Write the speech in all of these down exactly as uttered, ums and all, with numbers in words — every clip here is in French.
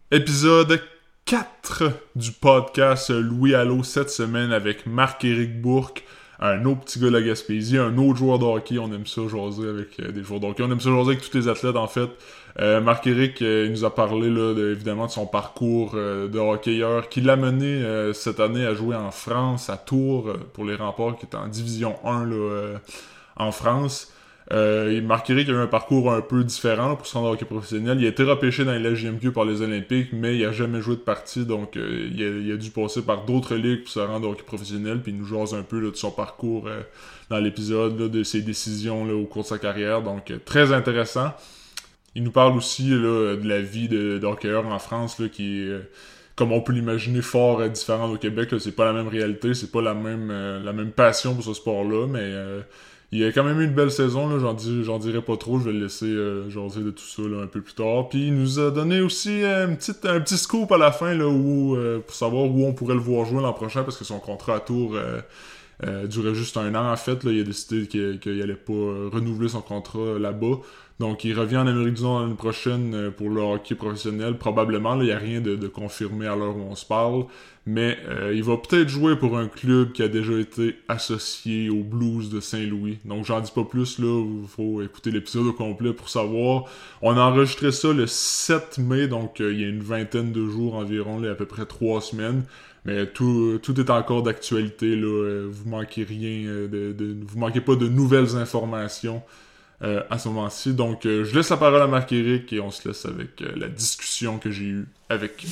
Épisode quatre du podcast Louis Allo cette semaine avec Marc-Éric Bourque, un autre petit gars de la Gaspésie, un autre joueur de hockey. On aime ça jaser avec euh, des joueurs de hockey. On aime ça jaser avec tous les athlètes en fait. Euh, Marc-Éric euh, il nous a parlé là, de, évidemment de son parcours euh, de hockeyeur qui l'a mené euh, cette année à jouer en France, à Tours, euh, pour les Remparts qui est en Division un là, euh, en France. Euh, Marc-Éric a eu un parcours un peu différent là, pour se rendre au hockey professionnel. Il a été repêché dans la J M Q par les Olympiques, mais il a jamais joué de partie, donc euh, il, a, il a dû passer par d'autres ligues pour se rendre au hockey professionnel, puis il nous jase un peu là, de son parcours euh, dans l'épisode, là, de ses décisions là, au cours de sa carrière, donc euh, très intéressant. Il nous parle aussi là, de la vie de, de hockeyeur en France, là, qui est... Euh, comme on peut l'imaginer, fort euh, différente au Québec. Là. C'est pas la même réalité, c'est pas la même, euh, la même passion pour ce sport-là, mais euh, il a quand même eu une belle saison, là. J'en, dis, j'en dirai pas trop, je vais le laisser euh, jaser de tout ça là, un peu plus tard. Puis il nous a donné aussi euh, une petite, un petit scoop à la fin là, où, euh, pour savoir où on pourrait le voir jouer l'an prochain, parce que son contrat à Tours euh, euh, durait juste un an en fait. Là. Il a décidé qu'il, qu'il allait pas euh, renouveler son contrat là-bas. Donc, il revient en Amérique du Nord l'année prochaine pour le hockey professionnel, probablement. Là, il n'y a rien de, de confirmé à l'heure où on se parle. Mais euh, il va peut-être jouer pour un club qui a déjà été associé aux Blues de Saint-Louis. Donc, j'en dis pas plus, là. Il faut écouter l'épisode au complet pour savoir. On a enregistré ça le sept mai, donc euh, il y a une vingtaine de jours environ, là, à peu près trois semaines. Mais tout, tout est encore d'actualité, là. Vous manquez rien, de, de, vous manquez pas de nouvelles informations. Euh, à ce moment-ci. Donc, euh, je laisse la parole à Marc-Éric et on se laisse avec euh, la discussion que j'ai eue avec lui.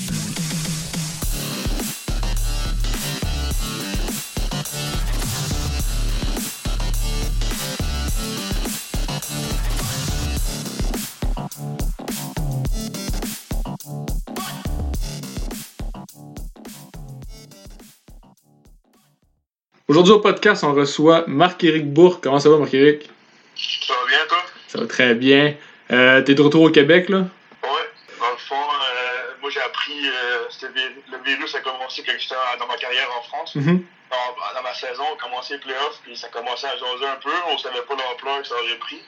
Aujourd'hui au podcast, on reçoit Marc-Éric Bourque. Comment ça va, Marc-Éric? Ça va bien, toi? Ça va très bien. Euh, t'es de retour au Québec, là? Ouais. Dans le fond, euh, moi, j'ai appris euh, vir- le virus a commencé quand j'étais dans ma carrière en France. Mm-hmm. Dans, dans ma saison, on a commencé les playoffs, puis ça commençait à jaser un peu. On savait pas l'ampleur que ça aurait pris.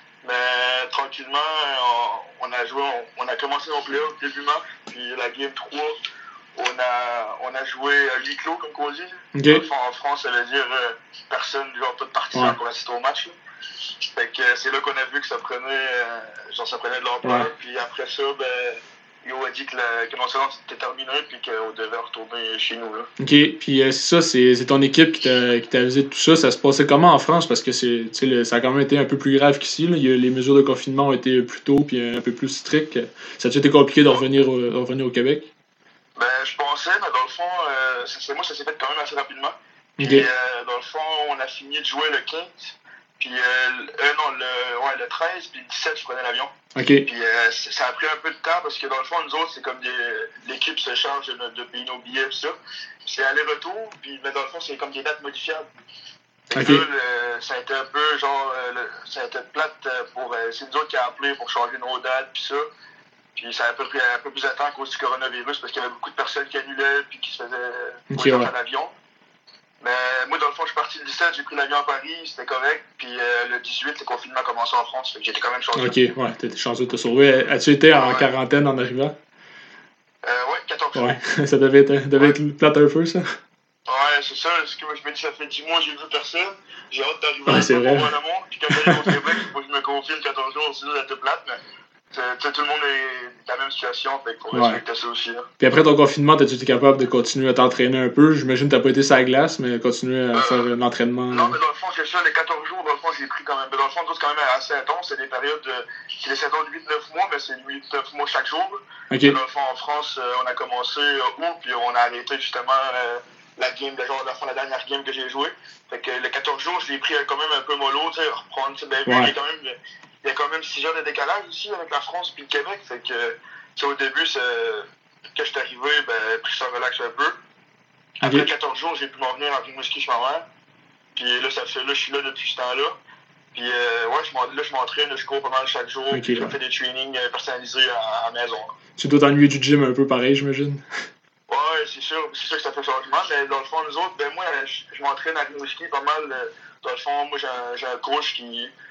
Mais tranquillement, on, on a joué, on, on a commencé nos playoffs début mars, puis la game trois, on a, on a joué à huis clos, comme on dit. Okay. Dans le fond, en France, ça veut dire euh, personne, genre pas de partisans ouais. pour assister au match. Là. Fait que c'est là qu'on a vu que ça prenait, euh, genre ça prenait de l'ampleur. Ouais. Puis après ça, ben, Yo a dit que, la, que mon saison était terminée puis qu'on devait retourner chez nous. Là. OK. Puis euh, c'est ça, c'est, c'est ton équipe qui t'a, qui t'a avisé de tout ça. Ça se passait comment en France? Parce que c'est, le, ça a quand même été un peu plus grave qu'ici. Là. Il y a, les mesures de confinement ont été plus tôt puis un peu plus strictes. Ça a été compliqué de revenir au, de revenir au Québec? Ben, je pensais, mais dans le fond, euh, ça, c'est, moi, ça s'est fait quand même assez rapidement. Puis, okay. euh, dans le fond, on a fini de jouer le quinze. Puis, euh, euh, non, le, ouais, le treize, puis le dix-sept, je prenais l'avion. OK. Puis, euh, ça a pris un peu de temps parce que, dans le fond, nous autres, c'est comme des, l'équipe se charge de, de payer nos billets, tout ça. Puis, c'est aller-retour, puis, mais dans le fond, c'est comme des dates modifiables. Et okay. là, le, ça a été un peu, genre, le, ça a été plate pour, euh, c'est nous autres qui a appelé pour changer nos dates, puis ça. Puis ça a un peu pris un peu plus de temps à cause du coronavirus parce qu'il y avait beaucoup de personnes qui annulaient puis qui se faisaient okay, ouais. à l'avion. Mais moi, dans le fond, je suis parti le dix-sept, j'ai pris l'avion à Paris, c'était correct. Puis euh, le dix-huit, le confinement a commencé en France, fait que j'étais quand même chanceux. OK, ouais, t'étais chanceux de te sauver. As-tu été en ouais. quarantaine en arrivant? Euh, ouais, quatorze jours. Ouais, ça devait être, devait ouais. être plate un peu, ça. Ouais, c'est ça. Ce que moi, je me dis, ça fait dix mois que j'ai vu personne. J'ai hâte d'arriver ouais, un c'est peu vrai. pour voir le monde. Puis quand j'arrive au Québec, il faut que je me confine quatorze jours, sinon ça va être plate, mais... T'sais, tout le monde est dans la même situation, fait qu'il faut respecter ouais. ça aussi. Là. Puis après ton confinement, t'as-tu été capable de continuer à t'entraîner un peu? J'imagine que t'as pas été sur la glace, mais continuer à euh, faire l'entraînement. Non, mais dans le fond, c'est ça, les quatorze jours, dans le fond, j'ai pris quand même. Mais dans le fond, c'est quand même assez intense. C'est des périodes de. C'est des saisons de huit neuf mois, mais c'est huit neuf mois chaque jour. Okay. Dans le fond, en France, on a commencé août, puis on a arrêté justement euh, la game, genre, dans le fond, la dernière game que j'ai jouée. Fait que les quatorze jours, je l'ai pris quand même un peu mollo, tu sais, reprendre. Ben, ouais. il, y a quand même, il y a quand même six heures de décalage ici avec la France puis le Québec. Fait que, au début, c'est, quand je suis arrivé, ben, pris ça relax un peu. Après okay. quatorze jours, j'ai pu m'en venir en Rimouski chez ma mère. Puis là, ça fait, là, je suis là depuis ce temps-là. Puis euh, ouais, je là, je m'entraîne, je cours pas mal chaque jour. Okay, puis je ouais. fais des trainings personnalisés à, à la maison. Là. Tu dois t'ennuyer du gym un peu pareil, j'imagine. Ouais, c'est sûr, c'est sûr que ça fait changement. Mais dans le fond, nous autres, ben moi, je, je m'entraîne à Rimouski pas mal. Dans le fond, moi, j'ai un, j'ai un coach qui,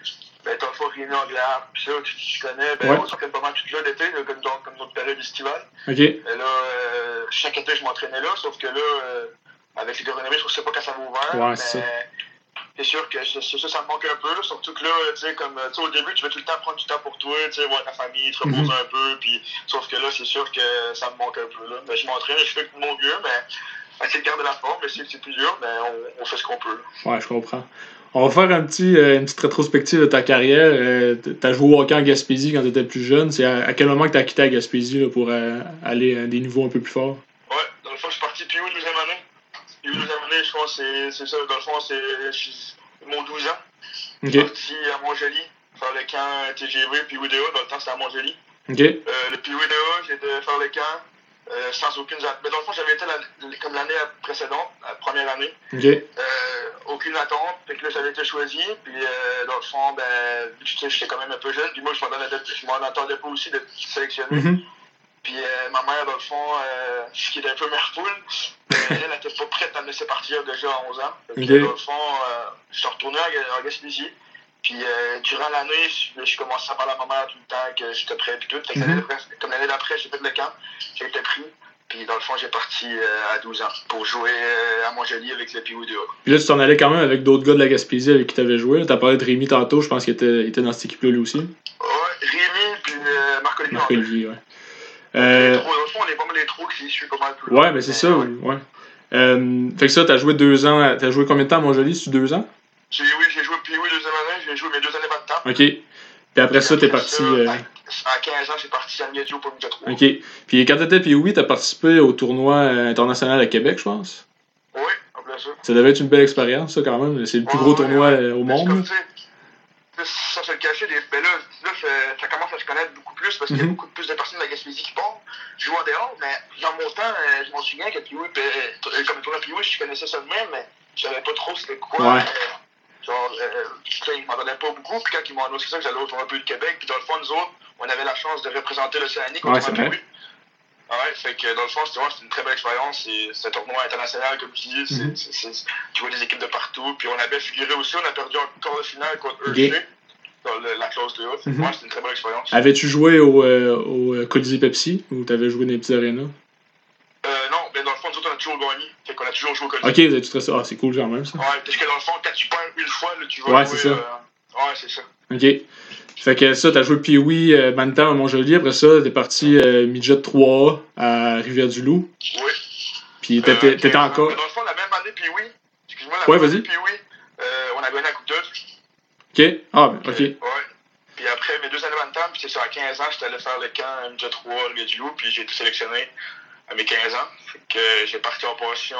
ben, t'as le fond Rémi Anglade, pis ça, tu, tu connais, ben, ouais. on s'entraîne pas mal tout là l'été, comme, dans, comme notre période estivale. OK. Et là, euh, chaque été, je m'entraînais là, sauf que là, euh, avec les coronavirus, je sais pas quand ça va ouvert, ouais, mais c'est, c'est sûr que c'est, c'est ça, ça me manque un peu, là, surtout que là, tu sais, comme, tu sais, au début, tu veux tout le temps prendre du temps pour toi, tu sais, voir ta famille, te reposer mm-hmm. un peu, puis, sauf que là, c'est sûr que ça me manque un peu, là. Ben, je m'entraîne, je fais de mon mieux, mais essayer de garder la forme, mais c'est, c'est plus dur, mais on, on fait ce qu'on peut, là. Ouais, je comprends. On va faire un petit, euh, une petite rétrospective de ta carrière. Euh, t'as joué au hockey en Gaspésie quand t'étais plus jeune. C'est à, à quel moment que t'as quitté la Gaspésie là, pour euh, aller à des niveaux un peu plus forts? Ouais, dans le fond, je suis parti P U deuxième année. P U deuxième année, je pense que c'est, c'est ça. Dans le fond, c'est mon douze ans. Je suis okay. parti à Montjoly, faire le camp T G V, P U D A. Dans le temps, c'était à Montjoly. Okay. Euh, le P U D A, j'ai été faire le camp. Euh, sans aucune. Mais dans le fond, j'avais été la, comme l'année précédente, la première année. Okay. Euh, aucune attente. Fait que là, j'avais été choisi. Puis euh, dans le fond, ben, tu sais, j'étais quand même un peu jeune. Puis moi, je m'en, attendais, je m'en attendais pas aussi d'être sélectionné. Mm-hmm. Puis euh, ma mère, dans le fond, euh, ce qui était un peu mère poule, euh, elle n'était pas prête à me laisser partir déjà à onze ans. Fait que, okay. Dans le fond, euh, je suis retourné en Gaspésie. Puis euh, durant l'année, je, je commençais à parler à ma mère tout le temps que j'étais prêt et tout. Fait que mm-hmm. l'année d'après, comme l'année d'après, j'ai fait le camp, j'ai été pris. Puis dans le fond, j'ai parti euh, à douze ans pour jouer euh, à Montjoly avec le P U D A. Puis là, tu t'en allais quand même avec d'autres gars de la Gaspésie avec qui t'avais joué. T'as parlé de Rémi tantôt, je pense qu'il était, était dans cette équipe-là lui aussi. Ouais, Rémi puis euh, Marc-Olivier. Marc-Olivier, ouais. Euh... Dans le fond, on est pas mal les trous qui suivent pas mal plus. Ouais, ben c'est ça, ouais. ouais. Euh, fait que ça, t'as joué deux ans. T'as joué combien de temps à Montjoly? C'est-tu deux ans? J'ai, oui, j'ai joué P U deuxième année, j'ai joué mes deux années vingt temps. OK. Puis après ça, t'es parti. Ça, euh... À quinze ans, j'ai parti à Miadio pour Midget trois. OK. Puis quand t'étais P U, t'as participé au tournoi international à Québec, je pense? Oui, en plein ça. Ça devait être une belle expérience, ça, quand même. C'est le plus ouais, gros tournoi ouais. au monde. Comme, ça, se le cachait. Des... Ben là, là ça, ça commence à se connaître beaucoup plus parce qu'il mm-hmm. y a beaucoup plus de personnes de la Gaspésie qui partent. Je joue en dehors, mais dans mon temps, euh, je m'en souviens que P U, ben, comme tournoi P U, je connaissais ça de même, mais je savais pas trop c'était quoi. Ouais. Euh, genre, euh, ils m'en donnaient pas beaucoup, puis quand ils m'ont annoncé ça, que j'allais au tournoi P U de Québec, puis dans le fond, nous autres, on avait la chance de représenter l'Océanie contre ouais, le P U. Ouais, fait que dans le fond, c'était, c'était une très belle expérience. C'est, c'est un tournoi international, comme tu dis. Mm-hmm. C'est, c'est, c'est, tu vois des équipes de partout. Puis on avait figuré aussi, on a perdu encore le final contre E G okay. dans le, la classe de A. Mm-hmm. Ouais, c'était une très belle expérience. Avais-tu joué au, euh, au Colisée Pepsi ou t'avais joué dans les petits arénas? Euh, non, mais dans le fond, nous autres, on a toujours gagné. Fait qu'on a toujours joué au Colisée. Ok, vous êtes tout ça. Ah, c'est cool, quand même, ça. Ouais, parce que dans le fond, quand tu perds une fois, là, tu vas ouais, jouer. C'est ça. Euh... Ouais, c'est ça. Ok. Fait que ça, t'as joué P U euh, Bantam à Montjoly. Après ça, t'es parti euh, Midget trois A à Rivière-du-Loup. Oui. Puis t'étais, euh, t'étais encore. Dans le fond, la même année P U, excuse-moi, la ouais, même vas-y. année P U, euh, on a gagné la Coupe d'Œuf. Ok. Ah, ben, ok. Ouais. Puis après mes deux années Bantam, puis c'est ça, à quinze ans, j'étais allé faire le camp à Midget trois à Rivière-du-Loup, puis j'ai été sélectionné à mes quinze ans. Fait que euh, j'ai parti en pension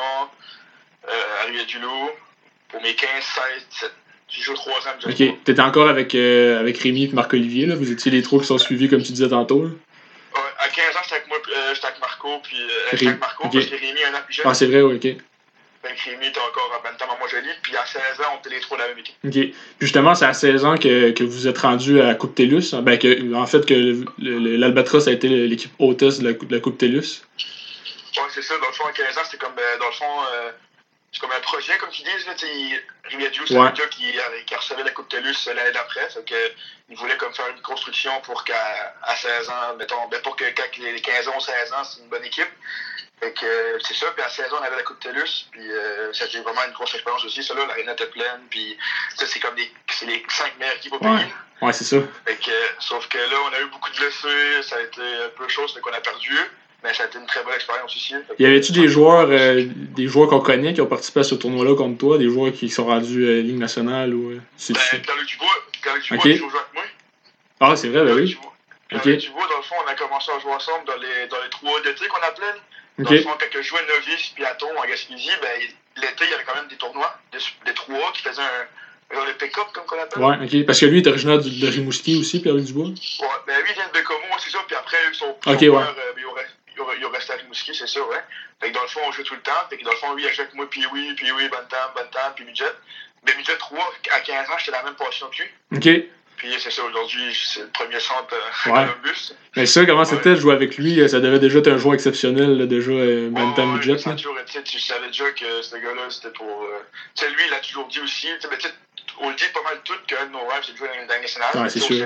euh, à Rivière-du-Loup pour mes quinze, seize, dix-sept. J'ai joué trois ans. Ok. T'étais encore avec, euh, avec Rémi et Marc-Olivier, là. Vous étiez les trois qui sont suivis, comme tu disais tantôt, là. Ouais, à quinze ans, j'étais avec moi, euh, j'étais avec Marco, puis euh, j'étais avec Marco, okay. Parce que Rémi un an plus jeune. Ah, c'est vrai, oui, ok. Fait que Rémi était encore à Bantam à Montjoly, puis à seize ans, on était les trois de la même équipe. Ok. Puis justement, c'est à seize ans que, que vous êtes rendu à la Coupe TELUS. Ben, que, en fait, que le, le, l'Albatros a été l'équipe hôtesse de la, de la Coupe TELUS. Ouais, c'est ça. Dans le fond, à quinze ans, c'était comme, dans le fond, euh, c'est comme un projet, comme tu dis. Rivière-du-Loup, c'est ouais. un gars qui, qui recevait la Coupe TELUS l'année d'après. Fait que, il voulait comme faire une construction pour qu'à à seize ans, mettons, ben pour que quand les quinze ans, seize ans, c'est une bonne équipe. Fait que euh, c'est ça, puis à seize ans, on avait la Coupe TELUS, puis euh, c'était vraiment une grosse expérience aussi. Ça là, l'aréna était pleine, puis c'est comme des, c'est les cinq meilleures équipes au pays. Ouais, ouais c'est ça. Fait que, euh, sauf que là, on a eu beaucoup de blessés, ça a été un peu chaud, c'est qu'on a perdu. Mais ça a été une très bonne expérience aussi. Y avait-tu des joueurs, euh, des joueurs qu'on connaît qui ont participé à ce tournoi-là contre toi, des joueurs qui sont rendus euh, Ligue nationale ou. Euh, c'est ben, Pierre-Luc Dubois, Pierre-Luc Dubois okay. qui joue avec moi. Ah, c'est vrai, ben oui. Pierre-Luc okay. Dubois, dans le fond, on a commencé à jouer ensemble dans les, dans les trois d'été qu'on appelait. Dans okay. le fond, quand je jouais novice puis à Thon en Gaspésie, ben, l'été, il y avait quand même des tournois, des, des trois qui faisaient un. Genre le pick-up, comme qu'on appelle. Ouais, ok. Parce que lui, il est originaire de, de Rimouski aussi, Pierre-Luc Dubois. Ouais, ben lui, il vient de Bécomo, c'est ça. Puis après, son, okay, son ouais. père, euh, il, aurait, il, aurait, il aurait resté à Rimouski, c'est sûr, ouais. Fait que dans le fond, on joue tout le temps. Fait que dans le fond, lui, il a joué avec moi, puis oui, puis oui, Bantam, Bantam, puis Midget. Mais Midget trois, à quinze ans, j'étais la même passion que lui. Ok. Puis c'est ça, aujourd'hui, c'est le premier centre euh, ouais. Columbus. Mais ça, comment ouais. c'était de jouer avec lui? Ça devait déjà être un joueur exceptionnel, là, déjà, euh, Bantam, ouais, Midget. Ouais, toujours, tu savais déjà que ce gars-là, c'était pour. Euh... Tu sais, lui, il a toujours dit aussi. Mais tu sais, on le dit pas mal tout qu'un de nos rêves, c'est de jouer dans une Ligue nationale. Ouais, c'est sûr.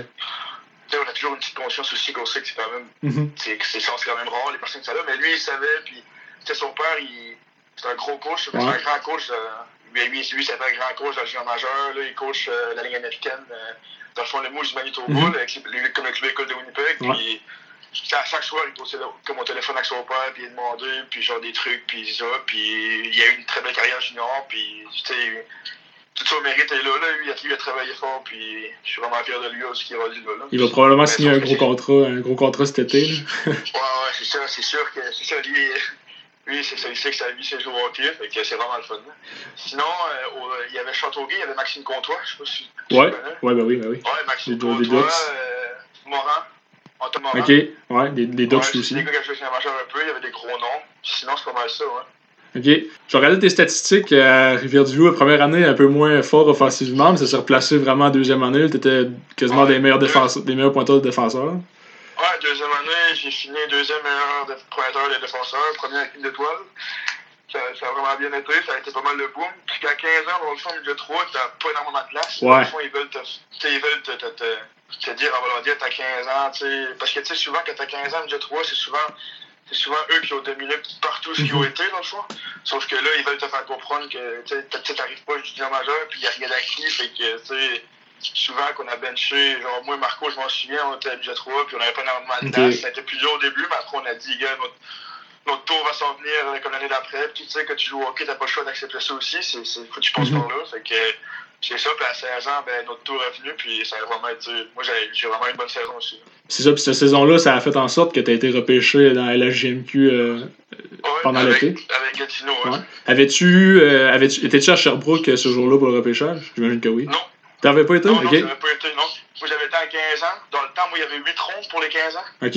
On a toujours une petite conscience aussi qu'on sait que c'est quand même. Mm-hmm. C'est, c'est, c'est quand même rare, les personnes qui sont là. Mais lui, il savait, puis c'était son père, il, c'était un gros coach, ouais. C'est un grand coach. Euh, lui, lui, lui, c'était un grand coach dans le junior majeur. Là, il coach euh, la Ligue américaine. Euh, dans le fond, le Moose du Manitoba, mm-hmm. là, avec les, comme le club école de Winnipeg. Ouais. Puis, à chaque soir, il posait comme mon téléphone avec son père, puis il demandait, puis genre des trucs, puis ça. Puis il a eu une très belle carrière junior, puis tu sais. Tout son mérite est là, là. Lui, il a travaillé fort, puis je suis vraiment fier de lui aussi qu'il est rendu là, là. Il va probablement mais signer un gros contrat, un gros contrat cet été. Là. ouais, ouais, c'est ça, c'est sûr que c'est ça, lui, lui c'est ça, il sait que sa vie, c'est jouer au hockey, fait que c'est vraiment le fun. Là. Sinon, euh, au, il y avait Châteauguay, il y avait Maxime Comtois, je sais pas si tu ouais. le connais. Ouais, ben oui, ben oui. Ouais, Maxime Comtois, euh, Morin, Antoine Morin. Ok, ouais, des, des Ducks ouais, aussi. Des gars qui ont joué sur la majeure un peu, il y avait des gros noms. Sinon, c'est pas mal ça, ouais. OK. Je regardais tes statistiques à Rivière-du-Loup, la première année un peu moins fort offensivement, mais ça s'est replacé vraiment en deuxième année. Tu étais quasiment ouais, des meilleurs défenseurs, des meilleurs pointeurs de défenseurs. Ouais, deuxième année, j'ai fini deuxième meilleur de pointeur de défenseurs, première équipe d'étoiles. Ça, ça a vraiment bien été, ça a été pas mal le boom. Puis qu'à quinze ans, dans le fond, milieu trois, t'as pas énormément de place. Ouais. Dans le fond, ils veulent te, ils veulent te, te, te, te dire, on va leur dire, t'as quinze ans, tu sais. Parce que, tu sais, souvent, quand t'as quinze ans, milieu trois, c'est souvent. C'est souvent eux qui ont dominé partout ce qu'ils ont été, dans le fond. Sauf que là, ils veulent te faire comprendre que tu t'arrives pas au junior majeur, puis il n'y a rien d'acquis. Fait que, tu sais, souvent qu'on a benché, genre, moi et Marco, je m'en souviens, on était à budget trois, puis on n'avait pas énormément de place. Okay. Ça a été plus dur au début, mais après, on a dit, gars, notre, notre tour va s'en venir comme l'année d'après. Puis, tu sais, quand tu joues au hockey, t'as pas le choix d'accepter ça aussi. C'est, c'est, faut que tu passes mm-hmm. par là. Fait que, c'est ça, puis à seize ans, ben, notre tour est venu, puis ça a vraiment été. Moi, j'ai, j'ai vraiment une bonne saison aussi. C'est ça, puis cette saison-là, ça a fait en sorte que tu as été repêché dans la G M Q euh, ouais, pendant avec, l'été. Avec Gatineau, ouais. ouais. Avais-tu, euh, avais-tu. Étais-tu à Sherbrooke ce jour-là pour le repêchage? J'imagine que oui. Non. T'avais pas été? Non, ok. non, j'avais pas été, non. Moi, j'avais été à quinze ans. Dans le temps, moi, il y avait huit rondes pour les quinze ans. Ok.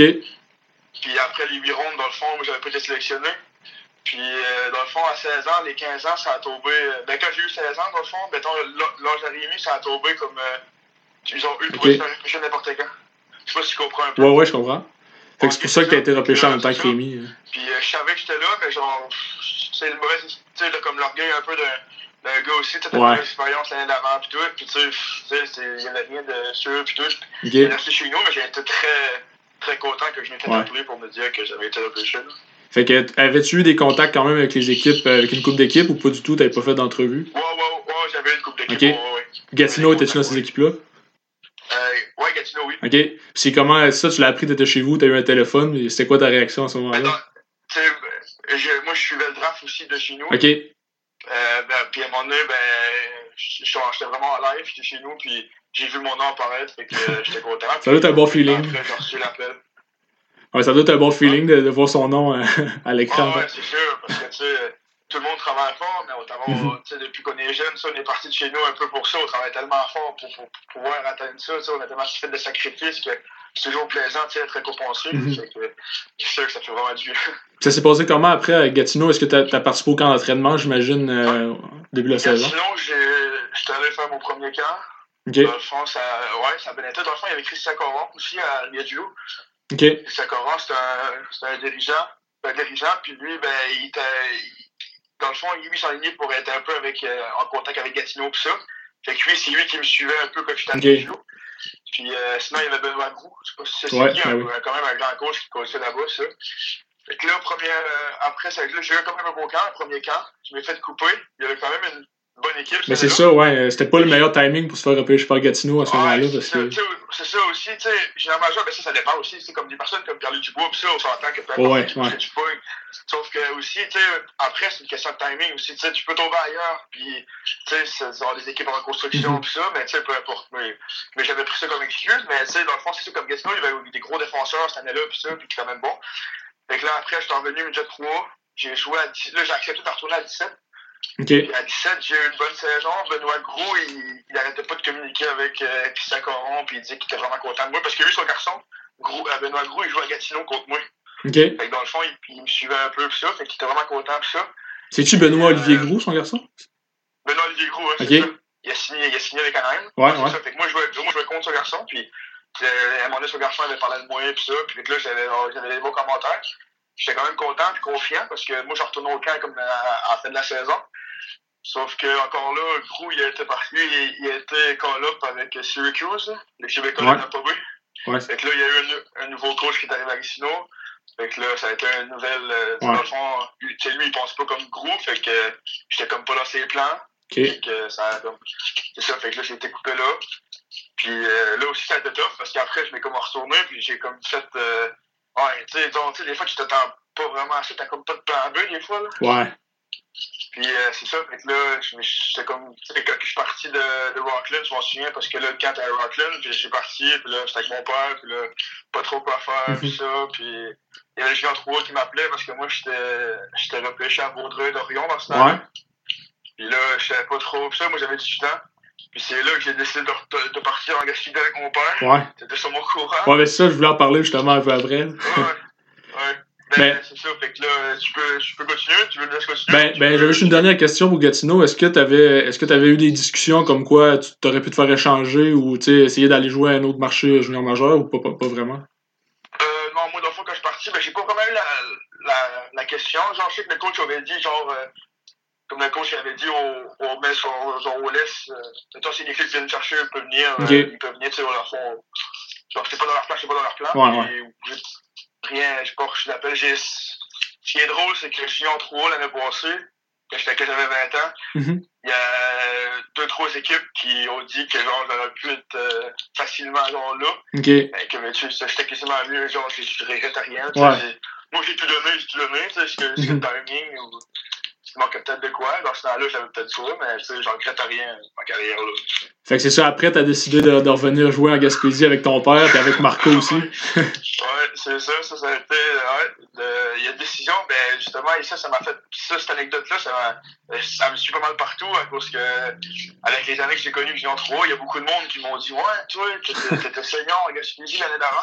Puis après les huit rondes, dans le fond, moi, j'avais pas été sélectionné. Puis, euh, dans le fond, à seize ans, les quinze ans, ça a tombé. Euh, ben, quand j'ai eu seize ans, dans le fond, mettons, l'âge de Rémi, ça a tombé comme. Euh, ils ont eu le pouvoir de se repêcher n'importe quand. Je sais pas si tu comprends un peu. Ouais, ouais, je comprends. Fait que c'est pour ça que t'as été repêché en même temps que Rémi. Puis, euh, je savais que j'étais là, mais genre, c'est le mauvais. Tu sais, comme l'orgueil un peu d'un, d'un gars aussi. Tu sais, t'as ouais. une expérience l'année d'avant, puis tout. Puis, tu sais, il y avait rien de sûr, puis tout. Okay. J'ai resté chez nous, mais j'ai été très, très content que je m'étais ouais. appelé pour me dire que j'avais été repêché, là. Fait que, avais-tu eu des contacts quand même avec les équipes, avec une couple d'équipes ou pas du tout, t'avais pas fait d'entrevue? Ouais, ouais, ouais, j'avais une couple d'équipes. Okay. Ouais, ouais. Gatineau, étais-tu dans ces ouais. équipes-là? Euh, ouais, Gatineau, oui. Ok. Puis c'est comment ça, tu l'as appris, t'étais chez vous, t'as eu un téléphone, et c'était quoi ta réaction à ce moment-là? Ben, tu sais, moi je suivais le draft aussi de chez nous. Ok. Euh, ben, puis à un moment donné, ben, j'étais vraiment en live, j'étais chez nous, puis j'ai vu mon nom apparaître, fait que euh, j'étais content. Ça doit être un bon feeling. Après, j'ai reçu l'appel. Ouais, ça doit être un bon feeling de, de voir son nom euh, à l'écran. Ah ouais, c'est sûr, parce que tu sais, tout le monde travaille fort, mais notamment, mm-hmm. tu sais, depuis qu'on est jeune, ça, on est parti de chez nous un peu pour ça, on travaille tellement fort pour, pour, pour pouvoir atteindre ça, tu sais, on a tellement fait de sacrifices que c'est toujours plaisant, tu sais, être récompensé, mm-hmm. fait que c'est sûr que ça fait vraiment du bien. Ça s'est passé comment après avec Gatineau? Est-ce que tu as participé au camp d'entraînement, j'imagine, euh, ouais. début de la saison? Sinon, j'étais allé faire mon premier camp. Okay. Dans le fond, ça, ouais, ça a bien été. Dans le fond, il y avait Christian Coron aussi à Rivière-du-Loup. OK. Christian Coron, c'était un, c'était un dirigeant. Un dirigeant, puis lui, ben, il était. Il, dans le fond, lui, il s'enlignait pour être un peu avec, euh, en contact avec Gatineau, pis ça. Fait que lui, c'est lui qui me suivait un peu quand j'étais à Rivière-du-Loup. Okay. Puis euh, sinon, il y avait Benoît Groux. Je sais pas si c'est ouais, qui, ben un, oui. quand même un grand coach qui coachait là-bas, ça. Fait que là, premier, euh, après ça, là, j'ai eu quand même un beau camp, un premier camp. Je m'ai fait couper. Il y avait quand même une bonne équipe. Mais c'est ça, ouais. C'était pas le meilleur timing pour se faire repêcher par Gatineau à ce ouais, moment-là. C'est, parce ça, que... c'est ça aussi, tu sais. Généralement, majeur, ben ça, ça dépend aussi. C'est comme des personnes comme Pierre-Luc Dubois, pis ça, on s'entend que peu ouais, importe ouais. tu pognes. Sauf que aussi, tu sais, après, c'est une question de timing aussi. Tu sais, tu peux tomber ailleurs, puis, tu sais, c'est genre des équipes en reconstruction, mm-hmm. pis ça, mais tu sais, peu importe. Mais, mais j'avais pris ça comme excuse, mais tu sais, dans le fond, c'est ça, comme Gatineau, il y avait des gros défenseurs cette année-là, pis ça, pis quand même bon. Fait que là, après, je suis revenu midget trois. J'ai joué à dix-sept. Là, j'ai accepté de retourner à dix-sept. Okay. Puis à dix-sept, j'ai eu une bonne saison. Benoît Groux, il, il arrêtait pas de communiquer avec euh, Christian Coron, puis il disait qu'il était vraiment content de moi. Parce que lui, son garçon, Groux, euh, Benoît Groux, il jouait à Gatineau contre moi. Okay. Fait que dans le fond, il, il me suivait un peu, pis ça. Fait qu'il était vraiment content, pis ça. C'est-tu Benoît-Olivier euh, Groux, son garçon? Benoît-Olivier Groux, ouais, okay. c'est ça. Il a signé, il a signé avec Anaheim. Ouais, c'est ouais. Ça. Fait que moi, je jouais, moi, je jouais contre son garçon, puis euh, à un moment donné, son garçon avait parlé de moi, pis ça. Puis là, j'avais, j'avais des bons commentaires. J'étais quand même content et confiant parce que moi, je retournais au camp comme à, à la fin de la saison. Sauf que encore là, Gros, il était parti, il, il était call-up avec Syracuse, les Québécois Ouais. de Tampa Bay. Ouais. Fait que là, il y a eu un, un nouveau coach qui est arrivé à Gatineau. Fait que là, ça a été une nouvelle. Euh, Ouais. Dans le fond, lui, il pense pas comme Gros, fait que euh, j'étais comme pas dans ses plans. OK. Fait que ça a comme. C'est ça, fait que là, j'ai été coupé là. Puis euh, là aussi, ça a été tough, parce qu'après, je m'ai comme retourné, puis j'ai comme fait. Euh, ouais, tu sais, des fois, tu t'attends pas vraiment à ça, t'as comme pas de plan B, des fois, là. Ouais. Puis euh, c'est ça, fait que là, j'étais comme. Tu sais, quand je suis parti de, de Rockland, je m'en souviens, parce que là, quand t'es à Rockland, puis j'ai parti, puis là, j'étais avec mon père, puis là, pas trop quoi faire, Mm-hmm. puis ça, puis il y avait Julien Drouin qui m'appelait, parce que moi, j'étais j'étais repêché à Vaudreuil-Dorion dans ce temps-là. Ouais. Puis là, je savais pas trop, puis ça, moi, j'avais dix-huit ans. Puis c'est là que j'ai décidé de, de, de partir en Gaspésie avec mon père. Ouais. C'était sur mon courant. Ouais, mais ça, je voulais en parler justement un peu après. Ouais, ouais. Ben, Ben- c'est ça, fait que là, tu peux, tu peux continuer, tu veux me laisser continuer? Ben, Tu ben peux- j'avais juste une dernière question pour Gatineau. Est-ce que t'avais, est-ce que t'avais eu des discussions comme quoi tu t'aurais pu te faire échanger ou, tu sais, essayer d'aller jouer à un autre marché junior majeur ou pas, pas, pas vraiment? Euh, non, moi, dans le fond, quand je suis parti, ben, j'ai pas vraiment eu la, la, la question. Genre, je sais que le coach avait dit, genre, euh, comme le coach avait dit au, au, mais sur, genre, au laisse, euh, mettons, si les équipes viennent chercher, ils peuvent venir, euh, Ok. ils peuvent venir, tu sais, dans leur fond. Genre, c'est pas dans leur plan, c'est pas dans leur plan. Ouais, ouais. Et j'ai rien, je sais pas, je l'appelle, j'ai. Ce qui est drôle, c'est que junior trois l'année passée, quand j'étais, que j'avais vingt ans, Mhm. il y a deux, trois équipes qui ont dit que, genre, j'aurais pu être euh, facilement, genre, là. OK. Ben, que, mais, tu sais, j'étais quasiment mieux, genre, je, je regrette rien. tu sais, Ouais. j'ai- Moi, j'ai tout donné, j'ai tout donné, tu sais, ce que c'est Mhm. le timing ou il manquait peut-être de quoi. Dans ce temps-là, j'avais peut-être ça, mais tu sais, j'en regrette rien, ma carrière, là. Fait que c'est ça, après, t'as décidé de, de revenir jouer en Gaspésie avec ton père et avec Marco aussi. Ouais, c'est ça, ça, ça a été, ouais, de- il y a une décision, ben, justement, et ça, ça m'a fait, ça, cette anecdote-là, ça m'a, ça me suit pas mal partout, à cause que, avec les années que j'ai connues, que j'ai en trois, il y a beaucoup de monde qui m'ont dit, ouais, toi, t'étais, t'étais senior en Gaspésie l'année d'avant.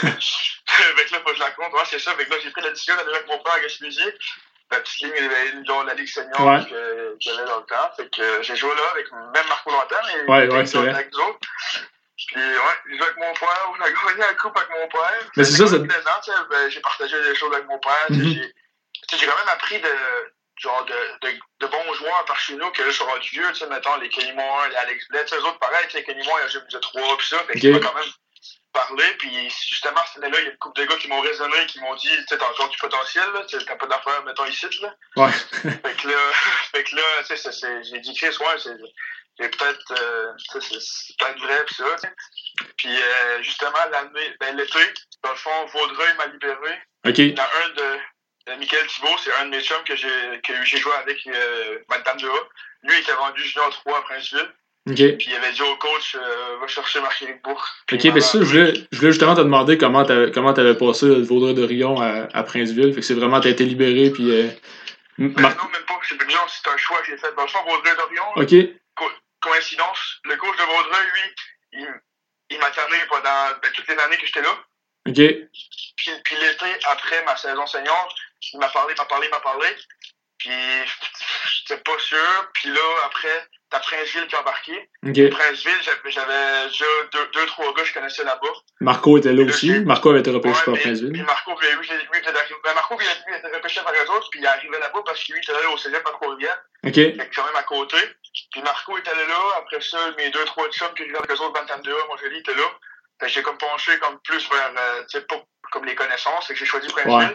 Fait que là, faut que je la compte, ouais, c'est ça, fait que là, j'ai pris la décision d'aller avec mon père en Gaspésie. La petite ligne, genre, la Ligue senior Ouais. que, qu'il y avait dans le temps. Fait que euh, j'ai joué là avec même Marco Lantin, et Ouais, ouais, c'est vrai. avec nous autres. Puis ouais, j'ai joué avec mon père, on a gagné la coupe avec mon père. Mais c'est ça, C'était ça- plaisant, tu sais, ben, j'ai partagé des choses avec mon père. tu sais, Mhm. j'ai, tu sais, j'ai quand même appris de, genre, de, de, de bons joueurs par chez nous, que là, je suis rendu vieux, tu sais, mettons, les Kenny Moore, les Alex Bled, tu sais, eux autres, pareil, tu sais, Kenny Moore, il a joué de trois, pis ça, fait que Ok. je peux quand même parler, puis justement, cette année-là, il y a une couple de gars qui m'ont raisonné, qui m'ont dit, tu sais, t'as encore du potentiel, là, tu sais, t'as pas d'affaires, mettons, ici, là. Ouais. Fait que là, fait que là, tu sais, c'est, c'est, j'ai dit, Chris, ouais, c'est, c'est peut-être, euh, tu sais, c'est, c'est peut-être vrai, pis ça, tu sais. Puis euh, justement, l'année, ben, l'été, dans le fond, Vaudreuil m'a libéré. OK. Il y en a un de, de Michael Thibault, c'est un de mes chums que j'ai, que j'ai joué avec euh, Bantamdea. Lui, il était vendu junior trois à Princeville. OK. Puis il avait dit au coach, euh, va chercher Marc-Éric Bourque. OK, mais ça, je voulais, je voulais justement te demander comment t'avais, comment t'avais passé le Vaudreuil-Dorion à, à Princeville. Fait que c'est vraiment, t'as été libéré, puis... Euh, Ben Mar- non, même pas. C'est genre, c'est un choix que j'ai fait. Dans le fond, Vaudreuil-Dorion, là, OK. co- coïncidence, le coach de Vaudreuil, lui, il, il m'a tanné pendant ben, toutes les années que j'étais là. OK. Puis, puis l'été, après ma saison senior, il m'a parlé, m'a parlé, m'a parlé. Puis j'étais pas sûr. Puis là, après, t'as Princeville qui a embarqué. OK. Princeville, j'avais, j'avais déjà deux, deux, trois gars que je connaissais là-bas. Marco était là Là, aussi. j'ai- Marco avait été repêché Ouais, par mais- Princeville. Puis Marco, puis lui, lui, lui, il était arrivé- ben, Marco, lui, lui, il était repêché par eux autres, puis il arrivait là-bas parce que lui, il était allé au cégep à Trois-Rivières. OK. Fait que quand même à côté. Puis Marco était allé là. Après ça, mes deux, trois chums que j'ai avec eux autres, Bantamdea, moi, je dis, était là. Fait que j'ai comme penché comme plus vers, euh, tu sais, pas comme les connaissances. Fait que j'ai choisi Princeville. Ouais.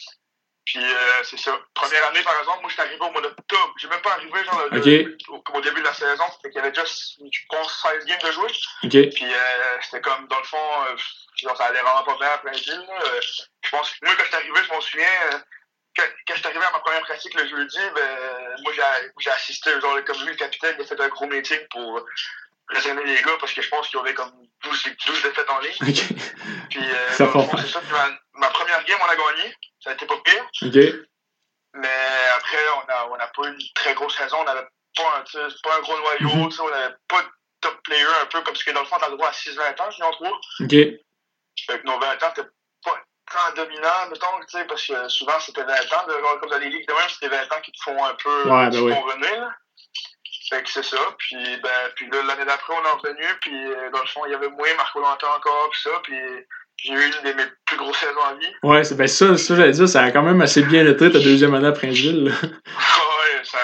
Puis euh, c'est ça. Première année, par exemple, moi, j'étais arrivé au mois d'octobre. J'ai même pas arrivé, genre, le- Ok. au, au début de la saison. Fait qu'il y avait déjà, je pense, seize games de jouer. OK. Puis euh, c'était comme, dans le fond, euh, genre, ça allait vraiment pas bien à Princeville. là. Euh, je pense que moi, quand j'étais arrivé, je m'en souviens, euh, quand, quand j'étais arrivé à ma première pratique le jeudi, ben, moi, j'ai, j'ai assisté, genre, comme lui, le capitaine, il a fait un gros meeting pour raisonner les gars, parce que je pense qu'ils avaient comme douze, douze défaites en ligne. OK. Puis, euh, Ça dans le fait fond, c'est ça. Puis ma, ma première game, on a gagné. Ça a été pas pire. OK. Mais après, on n'a on a pas eu une très grosse saison. On n'avait pas un, tu sais, pas un gros noyau. Mhm. tu sais, On n'avait pas de top player un peu, comme ce que dans le fond, on a le droit à six vingt ans, je en trois. OK. Fait que nos vingt ans, c'était pas tant dominant, mettons, tu sais, parce que souvent, c'était vingt ans. De, genre, comme dans les ligues de même, c'était vingt ans qui te font un peu Ouais, ben qui oui. font revenir, là. Fait que c'est ça. Puis, ben, puis là, l'année d'après, on est revenu. Puis, euh, dans le fond, il y avait moi, Marco Lantin encore, puis ça. Puis, j'ai eu une de mes plus grosses saisons à vie. Ouais, c'est, ben ça, ça, j'allais dire, ça a quand même assez bien été ta deuxième année à Princeville. là. Ouais, ça,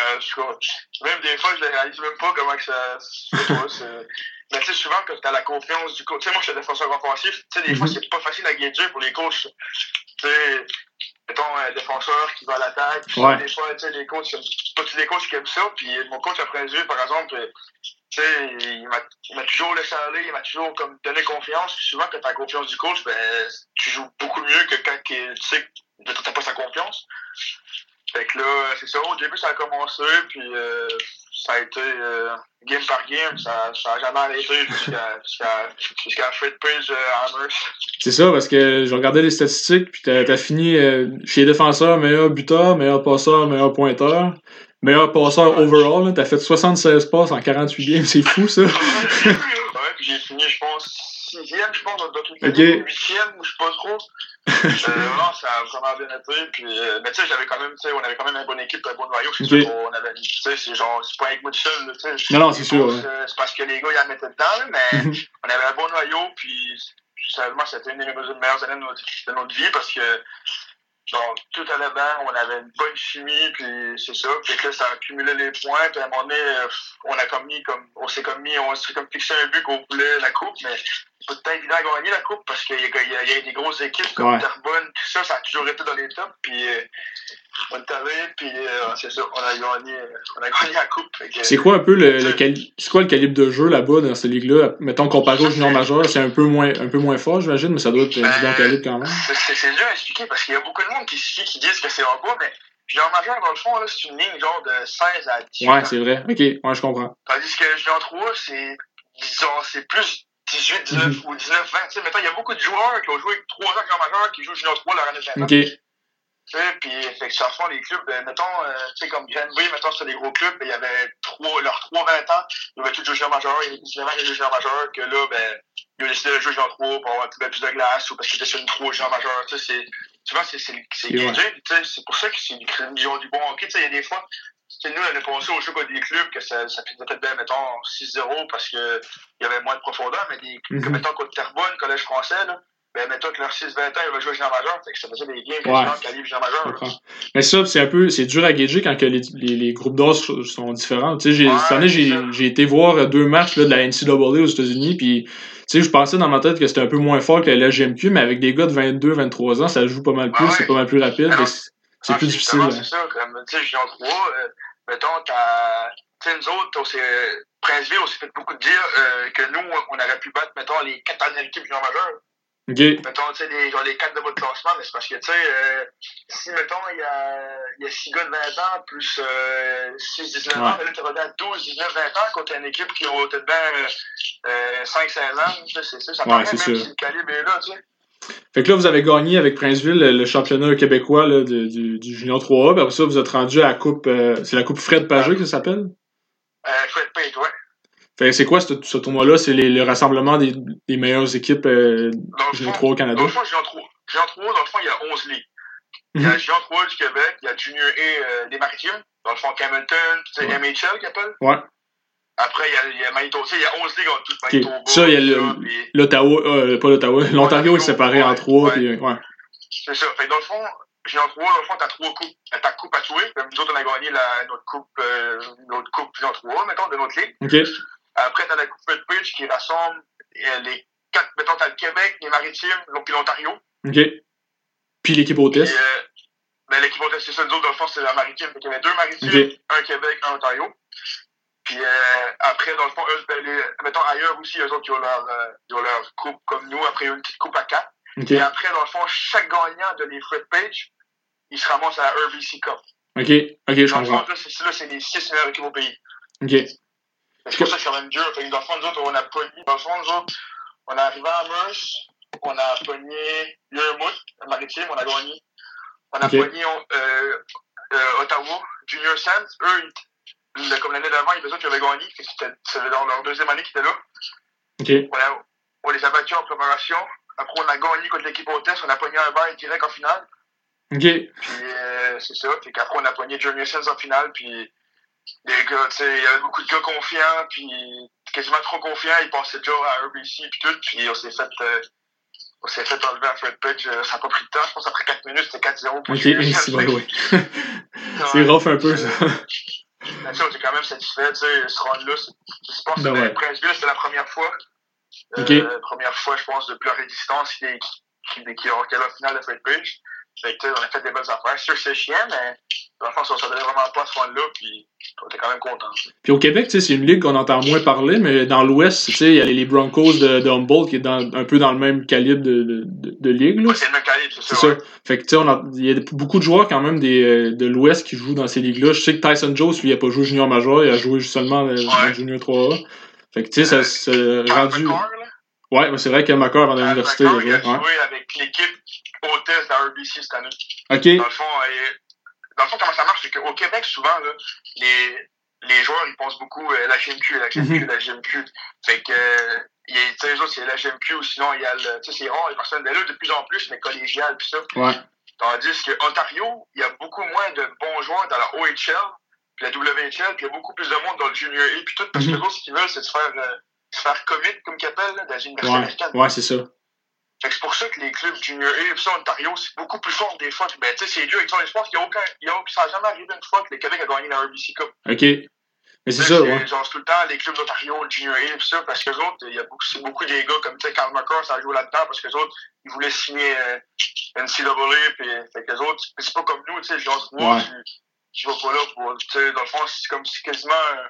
je, même des fois, je ne réalise même pas comment que ça se fait. Mais tu sais, souvent, quand tu as la confiance du coach, tu sais, moi, je suis défenseur offensif, tu sais, des mm-hmm. fois, c'est pas facile à gager pour les coachs. Tu sais, mettons, un défenseur qui va à l'attaque, ouais. Des fois, tu sais, les coachs, pas tous les coachs qui aiment ça, puis mon coach après yeux, par exemple, tu sais, il m'a, il m'a toujours laissé aller, il m'a toujours comme donné confiance, puis souvent, quand tu as la confiance du coach, ben, tu joues beaucoup mieux que quand tu sais que tu n'as pas sa confiance. Fait que là, c'est ça, au début, ça a commencé, puis euh, ça a été euh, game par game, ça n'a jamais arrêté jusqu'à, jusqu'à, jusqu'à Fred Page euh, Hammers. C'est ça, parce que je regardais les statistiques, puis t'as, t'as fini euh, chez les défenseurs, meilleur buteur, meilleur passeur, meilleur pointeur, meilleur passeur ouais. overall, là, t'as fait soixante-seize passes en quarante-huit games, c'est fou ça. Ouais, puis j'ai fini, je pense, sixième, je pense, dans le okay. huitième, ou je sais pas trop. euh, non, ça a vraiment bien été. Puis, euh, mais tu sais, j'avais quand même, tu sais, on avait quand même une bonne équipe, un bon noyau. C'est okay. sûr qu'on avait, tu sais, c'est genre, c'est pas avec moi tout seul, tu sais. Non, non, c'est sûr. Ouais. C'est parce que les gars, ils en mettaient dedans, là, mais on avait un bon noyau, puis, sérieusement, c'était une des meilleures années de notre, de notre vie parce que, genre, tout allait bien, on avait une bonne chimie, puis c'est ça. Puis que là, ça a accumulé les points, puis à un moment donné, on a comme mis, comme, on s'est comme mis, on s'est comme fixé un but qu'on voulait la coupe, mais c'est pas tout le temps évident à gagner la coupe parce qu'il y a, il y a, il y a des grosses équipes comme ouais. Terrebonne, tout ça, ça a toujours été dans les tops, puis euh, on est allé, puis euh, c'est ça, on a gagné, on a gagné la coupe. Que, c'est quoi un peu le, le cali- c'est quoi le calibre de jeu là-bas dans cette ligue-là? Mettons comparé au junior majeur, c'est un peu moins, un peu moins fort, j'imagine, mais ça doit être un ben, bon calibre quand même. C'est, c'est, c'est dur à expliquer parce qu'il y a beaucoup de monde qui, qui disent que c'est en bas, mais junior majeur, dans le fond, là, c'est une ligne genre de seize à dix-huit. Ouais, c'est vrai. Ok, ouais, je comprends. Tandis que junior trois, c'est, disons, c'est plus dix-huit, dix-neuf mm-hmm. ou dix-neuf, vingt. Tu sais, mettons, il y a beaucoup de joueurs qui ont joué trois ans junior majeur qui jouent junior trois leur année de vingt ans. Ok. Tu sais, puis, fait que ça fond les clubs, ben, mettons, euh, tu sais, comme Granby, mettons, c'était des gros clubs, ben, il y avait trois, leurs trois vingt ans, ils avaient tous joué junior majeur, il y avait dix-neuf ans qui jouaient junior majeur, que là, ben, ils ont décidé de jouer junior trois pour avoir un peu plus de glace ou parce qu'ils étaient sur une trois junior majeur, tu sais, c'est, tu vois, c'est, c'est, c'est gagé, ouais. Tu sais, c'est pour ça qu'ils ont du bon hockey, tu sais, il y a des fois, tu sais, nous, on a pensé au jeu contre des clubs que ça, ça faisait peut-être bien, mettons, six zéro parce que il y avait moins de profondeur, mais des clubs, mm-hmm. mettons, contre Terrebonne, collège français, là, ben, mettons que leurs six vingt ans, ils vont jouer junior majeur, fait que ça faisait des games quasiment ouais. calibre junior majeur. Mais ça, c'est un peu, c'est dur à gager quand que les, les, les groupes d'âge sont différents. Tu sais, j'ai, ouais, cette année, j'ai, j'ai été voir deux matchs, là, de la N C A A aux États-Unis, puis, tu sais, je pensais dans ma tête que c'était un peu moins fort que la G M Q, mais avec des gars de vingt-deux, vingt-trois ans, ça joue pas mal plus, ah ouais. c'est pas mal plus rapide, alors, c'est, c'est plus difficile. C'est ça, comme, tu sais, junior trois, euh, mettons, t'as, tu sais, nous autres, on s'est, Princeville, on s'est fait beaucoup de dire, euh, que nous, on aurait pu battre, mettons, les quatre dernières équipes junior majeures. Okay. Mettons, tu sais, les, genre les quatre de votre classement, mais c'est parce que, tu sais, euh, si, mettons, il y a, y a six gars de vingt ans plus euh, six dix-neuf ouais. ans, là, tu reviens à douze dix-neuf vingt ans contre une équipe qui a peut-être bien euh, cinq seize ans, tu sais, c'est ça, ça paraît ouais, même sûr. Si le calibre est là, tu sais. Fait que là, vous avez gagné avec Princeville le, le championnat québécois là, de, du, du Junior trois A, puis après ça, vous êtes rendu à la coupe, euh, c'est la coupe Fred Pagé ouais. que ça s'appelle? Euh, Fred Page, ouais. Fait que c'est quoi ce, ce tournoi-là? C'est les, le rassemblement des, des meilleures équipes euh, Junior trois au Canada? Dans le fond, Junior trois, Junior trois, dans le fond, il y a onze ligues. Il y a Junior trois du Québec, il y a Junior A euh, des Maritimes, dans le fond, Camelton, tu sais, ouais. M H L qu'ils appellent. Ouais. Après, il y a, il y a Manitoba, tu sais, il y a onze ligues en tout, Manitoba. Okay. Ça, il y a le, puis... l'Ottawa, euh, pas l'Ottawa, l'Ontario est séparé ouais, en trois, ouais. Puis, ouais. C'est ça. Fait que dans le fond, Junior trois, dans le fond, t'as trois coupes. T'as ta coupe à jouer. Nous autres, on a gagné la, notre coupe, euh, notre coupe Junior trois, mettons, de notre ligue. OK. Après, t'as la Coupe Fred Page qui rassemble les quatre, mettons, t'as le Québec, les Maritimes, puis l'Ontario. OK. Puis l'équipe hôtesse. Euh, ben, l'équipe hôtesse, c'est ça, nous autres, dans le fond, c'est la Maritime. Fait qu'il y avait deux Maritimes, okay. un Québec, un Ontario. Puis euh, après, dans le fond, eux, ben, les, mettons, ailleurs aussi, eux autres, ils ont leur, euh, ils ont leur coupe comme nous. Après, ils ont une petite coupe à quatre. Okay. Et après, dans le fond, chaque gagnant de les Fred Page, il se ramasse à la R B C Cup. OK. OK, je comprends. Là, c'est, là, c'est les six meilleures équipes au pays. OK. C'est pour ça que c'est quand même dur. Fait que dans le fond, nous autres, on a pogné. Dans le fond, nous autres, on est arrivé à Amherst, on a pogné Yarmouth, le Maritime, on a gagné. On a okay. pogné euh, euh, Ottawa, Junior Sands. Eux, ils, comme l'année d'avant, ils eux autres qui avaient gagné. C'était, c'était dans leur deuxième année qu'ils étaient là. Okay. On, a, on les a battus en préparation. Après, on a gagné contre l'équipe hôtesse. On a pogné un bail direct en finale. OK. Puis, euh, c'est ça. Puis qu'après, on a pogné Junior Sands en finale. Puis, les gars, tu sais, il y avait beaucoup de gars confiants, puis quasiment trop confiants, ils passaient déjà à R B C, puis tout, puis on s'est fait, euh, on s'est fait enlever à Fred Page, euh, ça n'a pas pris de temps, je pense après quatre minutes, c'était quatre zéro pour okay, c'est bon, oui. C'est rough un peu, ça. Mais tu sais, on était quand même satisfait, tu sais, ce round-là, je pense que ouais. Princeville, c'était la première fois. Okay. Euh, première fois, je pense, depuis la résistance qui, qui, qui, qui a la finale de Fred Page. Fait que, on a fait des bonnes affaires. C'est sûr que c'est chiant, mais dans le fond, on ne s'attendait vraiment pas à ce round-là, puis on était quand même contents. Puis au Québec, c'est une ligue qu'on entend moins parler, mais dans l'Ouest, il y a les Broncos de, de Humboldt qui est dans, un peu dans le même calibre de, de, de, de ligue. Là. Ouais, c'est le même calibre, c'est, c'est ça. Ouais. ça. Fait que, tu sais, il y a beaucoup de joueurs quand même des, de l'Ouest qui jouent dans ces ligues-là. Je sais que Tyson Jones, lui, il n'a pas joué junior major, il a joué seulement ouais. dans le junior trois A. Fait que, tu sais, euh, ça s'est rendu... McCarr, ouais, mais c'est vrai que McCarr, avant l'université, il a joué ouais. avec l'équipe hôtesse de la R B C cette année. OK. Dans le fond, euh, dans le fond comment ça marche, c'est qu'au Québec, souvent, là, les, les joueurs, ils pensent beaucoup à euh, la G M Q, la G M Q, mm-hmm. la G M Q. Fait que, euh, tu sais, les autres, c'est la G M Q, ou sinon, il y a le, tu sais, c'est rare, les personnes de là, de plus en plus, mais collégiales, pis ça. Ouais. Tandis qu'Ontario, il y a beaucoup moins de bons joueurs dans la O H L, puis la W H L, puis il y a beaucoup plus de monde dans le Junior A, puis tout, parce mm-hmm. que les autres, ce qu'ils veulent, c'est de se faire, euh, se faire commit, comme qu'ils appellent, là, dans une université ouais. américaine. Ouais, c'est ça. Fait que c'est pour ça que les clubs Junior A, pis ça, Ontario, c'est beaucoup plus fort des fois. Ben, tu sais, c'est dur avec son espoir, qu'il y a aucun, il y a, ça n'a jamais arrivé une fois que le Québec a gagné la R B C Cup. OK. Mais c'est ça, ouais. Genre, c'est tout le temps les clubs d'Ontario, le Junior A, pis ça, parce qu'eux autres, il y a beaucoup, c'est beaucoup des gars comme, tu sais, Carl McCarr, ça a joué là-dedans, parce qu'eux autres, ils voulaient signer euh, N C A A, pis, fait qu'eux autres, c'est pas comme nous, tu sais, genre, moi, ouais. je, je vais pas là pour, tu sais, dans le fond, c'est comme si quasiment, euh,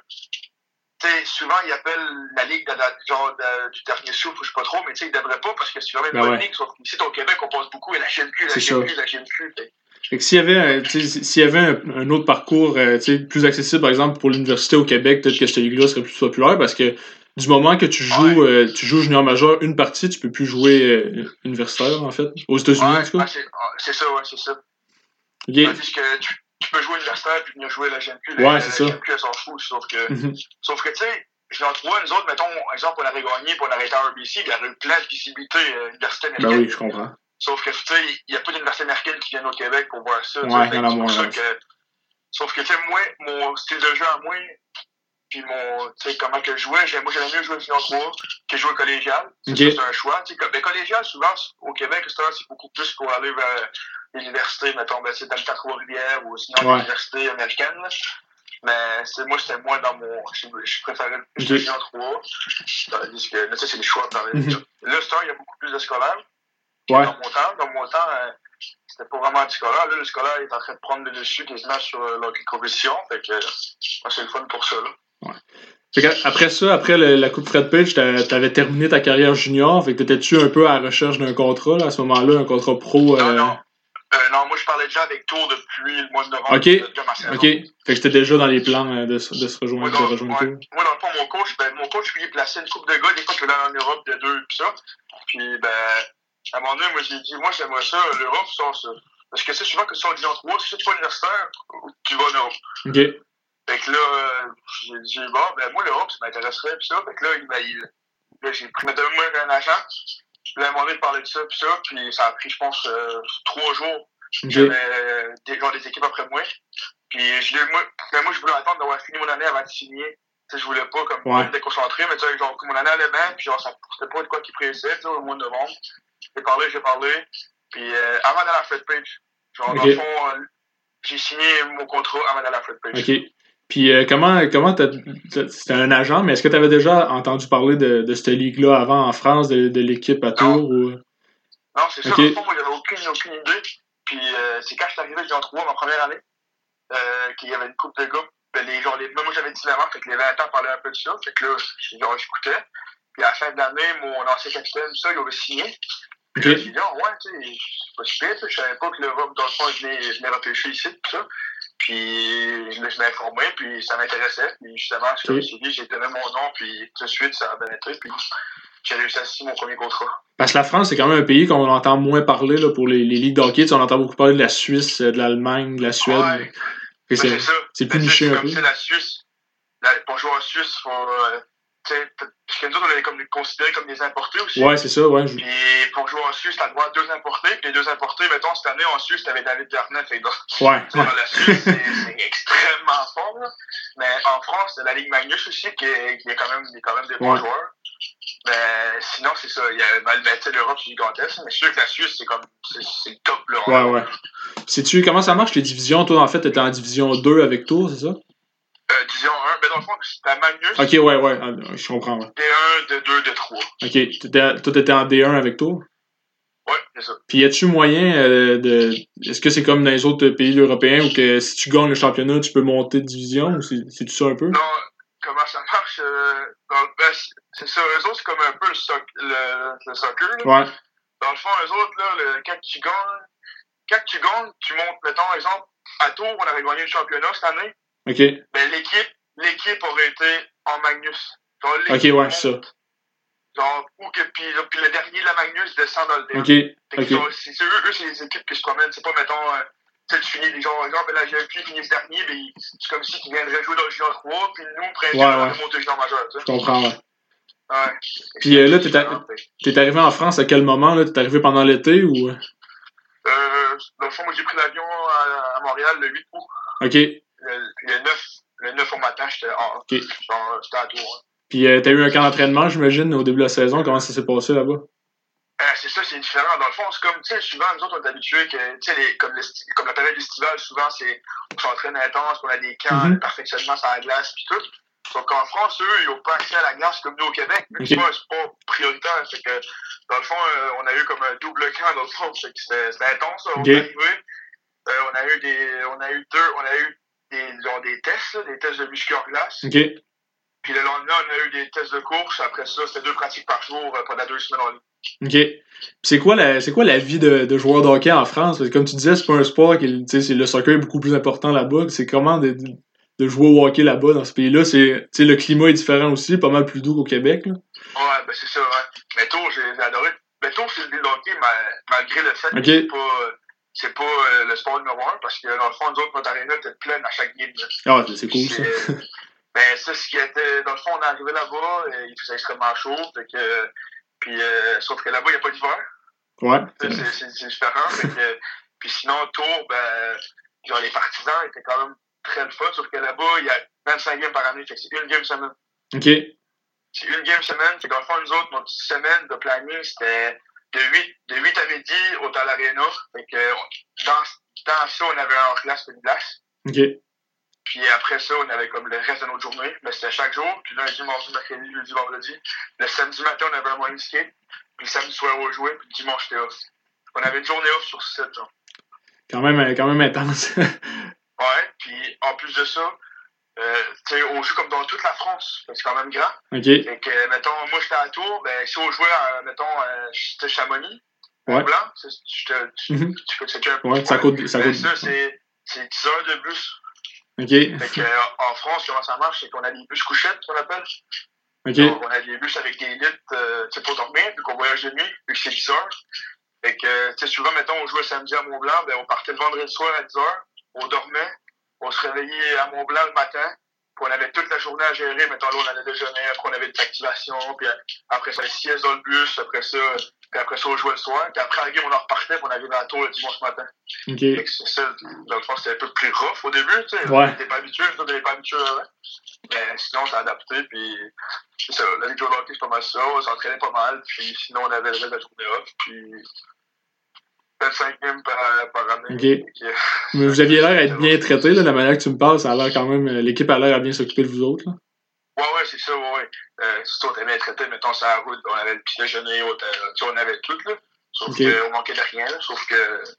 tu sais, souvent, ils appellent la ligue de la, genre, de, du dernier souffle, je sais pas trop, mais tu sais, ils devraient pas, parce que c'est vraiment une ben bonne ouais. ligue, sauf qu'ici, au Québec, on pense beaucoup à la G M Q, la G M Q, la G M Q, t'sais. Fait que s'il y avait, s'il y avait un, un autre parcours euh, plus accessible, par exemple, pour l'université au Québec, peut-être que cette ligue-là serait plus populaire, parce que du moment que tu joues, ouais. euh, tu joues junior majeur une partie, tu peux plus jouer euh, universitaire, en fait, aux États-Unis, ouais, en tout cas. Ouais, c'est, c'est ça, ouais, c'est ça. Okay. Tandis que tu, tu peux jouer universitaire puis venir jouer la G M Q. Ouais, la, c'est la ça. G M Q, elle s'en fout, sauf que, mm-hmm. sauf que, tu sais, je l'en trouve, nous autres, mettons, exemple, on aurait gagné pour on aurait été à R B C, il y aurait eu plein de visibilité euh, université américaine. Ben oui, je comprends. Sauf que, tu sais, il n'y a pas d'université américaine qui vient au Québec pour voir ça. Ouais, il y en a moins. Que, sauf que, tu sais, moi, mon style de jeu à moi, puis mon, tu sais, comment que je jouais, j'ai, moi, j'aimais mieux jouer junior trois que jouer collégial. C'est, okay. ça, c'est un choix. Tu sais, comme, mais collégial, souvent, au Québec, c'est beaucoup plus pour aller vers l'université, mettons, ben, c'est dans le Trois-Rivières ou sinon ouais. l'université américaine. Là. Mais c'est, moi, c'était moins dans mon. Je, je préférais plus okay. le junior trois. Tandis que là, ça, c'est le choix. Mm-hmm. Là, Star, il y a beaucoup plus de scolaires. Ouais. Dans mon temps, dans mon temps euh, c'était pas vraiment du scolaire. Là, le scolaire est en train de prendre le dessus quasiment sur euh, la compétition. Fait que, moi, c'est le fun pour ça, là. Ouais. Fait que après ça, après le, la Coupe Fred Page, t'avais terminé ta carrière junior. Fait que t'étais-tu un peu à la recherche d'un contrat, là, à ce moment-là, un contrat pro? Non, euh... non. Euh, non, moi, je parlais déjà avec Tour depuis le mois de novembre OK. de, de ma saison. OK. Fait que j'étais déjà dans les plans de, de se rejoindre, moi, dans, de rejoindre ouais. Tour. Moi, dans le fond, mon coach, ben, mon coach, lui, il plaçait une coupe de gars. Des fois, je voulais aller en Europe de deux, pis ça. Puis, ben, à un moment donné, moi, j'ai dit, moi, j'aimerais ça, l'Europe, ça, ça. Parce que c'est souvent que si on dit en trois, si tu vas universitaire, tu vas en Europe. OK. Fait que là, euh, j'ai dit, bon, ben, moi, l'Europe, ça m'intéresserait, pis ça. Fait que là, il, ben, il, là, j'ai pris, maintenant, moi, un agent. Je lui ai demandé de parler de ça, pis ça. Puis ça a pris, je pense, euh, trois jours. Okay. J'avais euh, des, genre, des équipes après moi. Puis je l'ai, moi, ben, moi, je voulais attendre d'avoir fini mon année avant de signer. Tu sais, je voulais pas, comme, ouais. me déconcentrer, mais tu sais, genre, mon année allait bien, puis genre, ça, c'était pas de quoi qui pressait, tu sais, au mois de novembre. J'ai parlé, j'ai parlé. Puis euh, avant d'aller à Fred Page. Genre, okay. Dans le fond, euh, j'ai signé mon contrat avant d'aller à Fred Page. OK. Puis euh, comment, comment t'as, t'as, c'était un agent, mais est-ce que tu avais déjà entendu parler de, de cette ligue-là avant en France, de, de l'équipe à Tours? Ou... Non, c'est ça. Okay. Dans le fond, moi, j'avais aucune, aucune idée. Puis euh, c'est quand je suis arrivé, j'ai en trois ma première année, euh, qu'il y avait une couple de gars. Ben, les, genre, les, moi, j'avais dix-neuf ans, fait que les vingt ans parlaient un peu de ça. Fait que là, genre, j'écoutais. Puis à la fin de l'année, mon ancien capitaine, ça, il avait signé. Puis okay. Là, j'ai dit, oh, ouais, tu sais, c'est pas super. Je savais pas que l'Europe, dans le fond, je venais, je venais repêcher ici, tout ça. Puis je m'ai informé, puis ça m'intéressait. Puis justement, sur le C V, j'ai donné mon nom, puis tout de suite, ça a bien été. Puis j'ai réussi à signer mon premier contrat. Parce que la France, c'est quand même un pays qu'on entend moins parler là, pour les, les ligues d'hockey. Tu sais, on entend beaucoup parler de la Suisse, de l'Allemagne, de la Suède. Ouais. C'est, c'est ça. C'est plus niché un peu. C'est la Suisse. La, pour jouer en Suisse, il faut. Euh, parce que nous autres, on est comme, considérés comme des importés aussi. Ouais, c'est ça, ouais. Je... Puis pour jouer en Suisse, t'as le droit à deux importés. Puis les deux importés, mettons, cette année en Suisse, t'avais David Garnett. Fait donc, ouais. Dans la Suisse, c'est, c'est extrêmement fort. Là. Mais en France, c'est la Ligue Magnus aussi, qui est, qui est quand même, qui est quand même des bons ouais. joueurs. Ben, sinon, c'est ça. Il y a, ben, ben, l'Europe, c'est gigantesque, mais je suis sûr que la Suisse, c'est comme, c'est, c'est le top, là. Ouais, ouais. Sais-tu comment ça marche, les divisions? Toi, en fait, t'étais en division deux avec Tours, c'est ça? Euh, division un, ben, dans le fond, c'était à Magnus. Ok, ouais, ouais, je comprends, ouais. D un, D deux, D trois. Ok, t'étais, toi, t'étais en D un avec Tours? Ouais, c'est ça. Puis, y a-tu moyen euh, de. Est-ce que c'est comme dans les autres pays européens où que si tu gagnes le championnat, tu peux monter de division ou c'est, c'est tout ça un peu? Non, comment ça marche? Euh, dans, ben, c'est ça, eux autres, c'est comme un peu le, soc, le, le soccer. Là. Ouais. Dans le fond, eux autres, là, le, quand tu gagnes, quand tu gagnes, tu montes, mettons, exemple, à Tours, on avait gagné le championnat cette année. Ok. Ben, l'équipe, l'équipe aurait été en Magnus. Genre, ok, ouais, monte, c'est ça. Genre, ou que, puis, puis le dernier de la Magnus descend dans le D un. Ok. okay. Genre, c'est, c'est eux, eux, c'est les équipes qui se promènent. C'est pas, mettons, euh, tu sais, tu finis des gens, exemple, la G F P finit ce dernier, mais c'est comme si tu viendrais jouer dans le Junior trois, puis nous, après, ouais, on ouais. remonte au Junior majeur, tu sais. Je comprends, ouais. Ouais. Puis euh, là, t'es, a... t'es arrivé en France à quel moment, là? T'es arrivé pendant l'été ou? Euh, dans le fond, moi, j'ai pris l'avion à, à Montréal le huit août. Ok. Le, le neuf, le neuf au matin, j'étais, oh, okay. genre, j'étais à Tours. Hein. Puis euh, t'as eu un camp d'entraînement, j'imagine, au début de la saison. Comment ça s'est passé là-bas? Euh, c'est ça, c'est différent. Dans le fond, c'est comme, tu sais, souvent, nous autres, on est habitués que, tu sais, comme, comme la période estivale, souvent, c'est, on s'entraîne intense, on a des camps, mm-hmm. de perfectionnement sur la glace, puis tout. Donc, en France, eux, ils n'ont pas accès à la glace comme nous au Québec. Mais okay. c'est pas prioritaire. C'est que, dans le fond, euh, on a eu comme un double camp, dans le fond. C'est que c'était, c'était intense, là, okay. On est arrivé. Euh, on a eu des, on a eu deux, on a eu des, genre, des tests, là, des tests de muscu hors glace. Okay. Puis le lendemain, on a eu des tests de course. Après ça, c'était deux pratiques par jour euh, pendant deux semaines en ligne. OK. Puis c'est quoi la, c'est quoi la vie de, de joueur de hockey en France? Parce que comme tu disais, c'est pas un sport qui, tu sais, c'est, le soccer est beaucoup plus important là-bas. C'est comment de, de jouer au hockey là-bas dans ce pays-là? C'est, tu sais, le climat est différent aussi, pas mal plus doux qu'au Québec, là. Ouais, ben c'est ça, ouais. Mais Tours, j'ai, j'ai adoré. Mais Tours, c'est le ville de hockey, malgré le fait okay. que c'est pas, c'est pas euh, le sport numéro un, parce que dans le fond, nous autres, notre aréna était pleine à chaque game. Ah, c'est cool, c'est, ça. Ben, ça, ce qui était, dans le fond, on est arrivé là-bas, et il faisait extrêmement chaud, fait que, puis, euh, sauf que là-bas, il n'y a pas d'hiver. Ouais. C'est, c'est, c'est, c'est différent, fait que, puis sinon, Tours, ben, genre, les partisans étaient quand même très le fun, sauf que là-bas, il y a vingt-cinq games par année, fait que c'est une game semaine. OK. C'est une game semaine, fait que dans le fond, nous autres, notre semaine de planning, c'était de huit, de huit à midi au Tal Arena, fait que, dans, dans ça, on avait un hors-glace et une glace. OK. Puis après ça, on avait comme le reste de notre journée. Mais c'était chaque jour. Puis lundi, mardi, mercredi, jeudi, vendredi. Le samedi matin, on avait un morning skate. Puis le samedi soir, on jouait. Puis le dimanche, c'était off. On avait une journée off sur sept jours. Quand même, quand même intense. Ouais. Puis en plus de ça, euh, tu sais, on joue comme dans toute la France. C'est quand même grand. OK. Fait que, mettons, moi, j'étais à Tours. Ben, si on jouait, à, mettons, euh, j'étais Chamonix. Ouais. Blanc. Tu, tu, tu, mm-hmm. tu peux checker un peu. Ouais, ça coûte. Ça ben, coûte. ça, c'est, c'est dix heures de bus. OK. Fait que, euh, en France, comment ça marche, c'est qu'on a des bus couchettes, qu'on appelle. OK. Donc, on a des bus avec des lits, euh, tu sais, pour dormir, puis qu'on voyage de nuit, puis que c'est dix heures. Fait que, tu sais, souvent, mettons, on jouait samedi à Mont-Blanc, ben, on partait le vendredi soir à dix heures, on dormait, on se réveillait à Mont-Blanc le matin, puis on avait toute la journée à gérer. Mettons, là, on allait déjeuner, après, on avait des activations, puis après ça, les siestes dans le bus, après ça, puis après ça, on jouait le soir, puis après, la game, on en repartait, puis on arrivait à Tours le dimanche matin. OK. Fait que c'est ça, dans le fond, c'était un peu plus rough au début, tu sais. Ouais. On n'était pas habitué, on n'était pas habitué avant. Mais sinon, on s'est adapté, puis c'est ça. La vie de joueur de hockey, c'est pas mal ça. On s'entraînait pas mal, puis sinon, on avait le reste de la journée off, puis vingt-cinq games par, par année. OK. Que, mais vous aviez l'air à être bien traité, là, la manière que tu me parles, ça a l'air quand même. L'équipe a l'air à bien s'occuper de vous autres, là. Ouais, ouais, c'est ça, ouais, ouais. Euh, si on était bien traité, mettons, ça la route, on avait le petit déjeuner, on, on avait tout, là. Sauf okay. qu'on manquait de rien, là, sauf que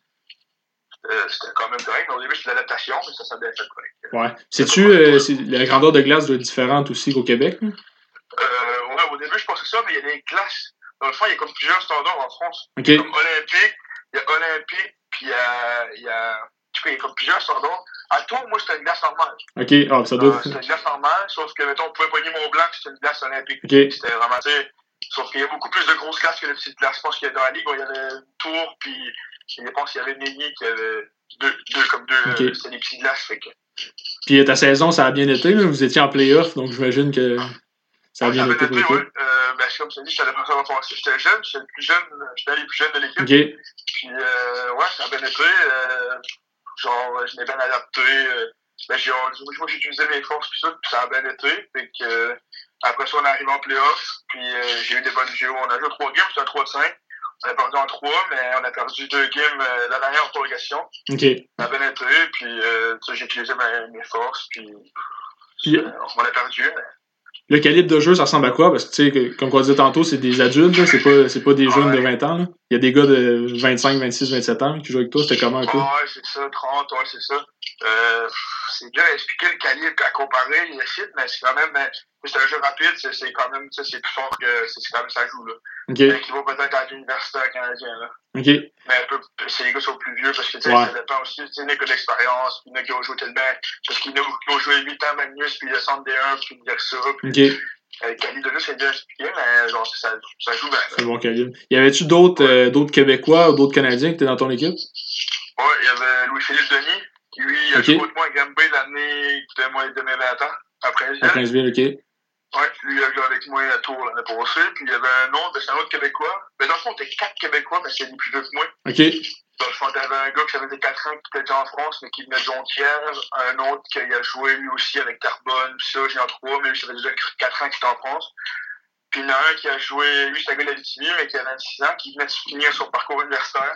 euh, c'était quand même correct. Au début, c'était l'adaptation, mais ça, ça a bien fait correct. Ouais. Sais-tu, euh, c'est, la grandeur de glace doit être différente aussi qu'au Québec, là? Euh, ouais, au début, je pensais ça, mais il y a des classes. Dans le fond, il y a comme plusieurs standards en France. Okay. Comme olympique, il y a olympique, puis il y a, il y a, tu sais, il y a comme plusieurs standards. À Tours, moi, c'était une glace normale. OK, ah, ça doit... Euh, c'était une glace normale, sauf que, mettons, on pouvait pogner Mont-Blanc, c'était une glace olympique. Okay. C'était vraiment, tu sais, sauf qu'il y a beaucoup plus de grosses glaces que de petites glaces. Je pense qu'il y a dans la ligue, il y avait une Tour, puis je pense qu'il y avait Négui qui avait deux, deux comme deux, okay. euh, c'était des petites glaces, fait que... Puis ta saison, ça a bien été, là. Vous étiez en play-off, donc j'imagine que ça a bien ouais, été pour l'équipe. Ouais. Euh, ben, comme je t'ai dit, j'étais la première fois j'étais jeune, j'étais le plus jeune, j'étais les plus jeunes de l'équipe. Okay. Puis, euh, ouais, ça a bien été. Euh, genre, je m'ai bien adapté. Euh, ben, j'ai, moi, j'ai utilisé mes forces, puis ça, puis ça a bien été. Fait que, Après ça, on est arrivé en playoff, puis euh, j'ai eu des bonnes jeux. On a joué trois games, c'était un trois de cinq. On a perdu en trois, mais on a perdu deux games euh, la dernière en prolongation. OK. Ça a bien été, puis euh, j'ai utilisé mes, mes forces, puis, puis euh, on a perdu. Mais... Le calibre de jeu, ça ressemble à quoi? Parce que, tu sais, comme on disait tantôt, c'est des adultes, là, c'est pas, c'est pas des jeunes ouais. de vingt ans. Là. Il y a des gars de vingt-cinq, vingt-six, vingt-sept ans qui jouent avec toi. C'était comment un peu? Ouais, c'est ça, trente, ouais, c'est ça. Euh, c'est dur à expliquer le calibre à comparer les sites, mais c'est quand même... C'est un jeu rapide, c'est, c'est quand même... C'est plus fort que... C'est quand même ça joue, là. OK. Mais qui va peut-être à l'université canadienne, là. OK. Mais un peu... C'est les gars qui sont plus vieux, parce que, tu sais, ouais. Ça dépend aussi. Tu sais, il y en a qui ont de l'expérience, puis il y en a qui ont joué tellement... Parce qu'il y en a qui ont joué huit ans Magnus, puis descendre des un, puis dire ça, puis... OK. Le calibre de jeu, c'est bien expliqué, mais genre, ça, ça joue bien. C'est bon calibre. Y avait-tu d'autres, ouais. euh, d'autres Québécois ou d'autres Canadiens qui étaient dans ton équipe? Ouais, il y avait Louis-Philippe Denis, qui lui a okay. joué contre moi à Granby l'année de, moi, de mes vingt ans, à Princeville. À Princeville, OK. Ouais, lui a joué avec moi à Tours l'année passée, puis il y avait un autre, c'est un autre Québécois. Mais dans le fond, on était quatre Québécois, mais c'est les plus vieux que moi. OK. Dans le fond, t'avais un gars qui avait quatre ans, qui était déjà en France, mais qui venait de Jonquière. Un autre qui a joué lui aussi avec Terrebonne, puis ça, j'ai en trois, mais lui, ça fait déjà quatre ans qu'il était en France. Puis il y en a un qui a joué, lui, c'est un gars de l'Abitibi, mais qui a vingt-six ans, qui venait de finir son parcours universitaire.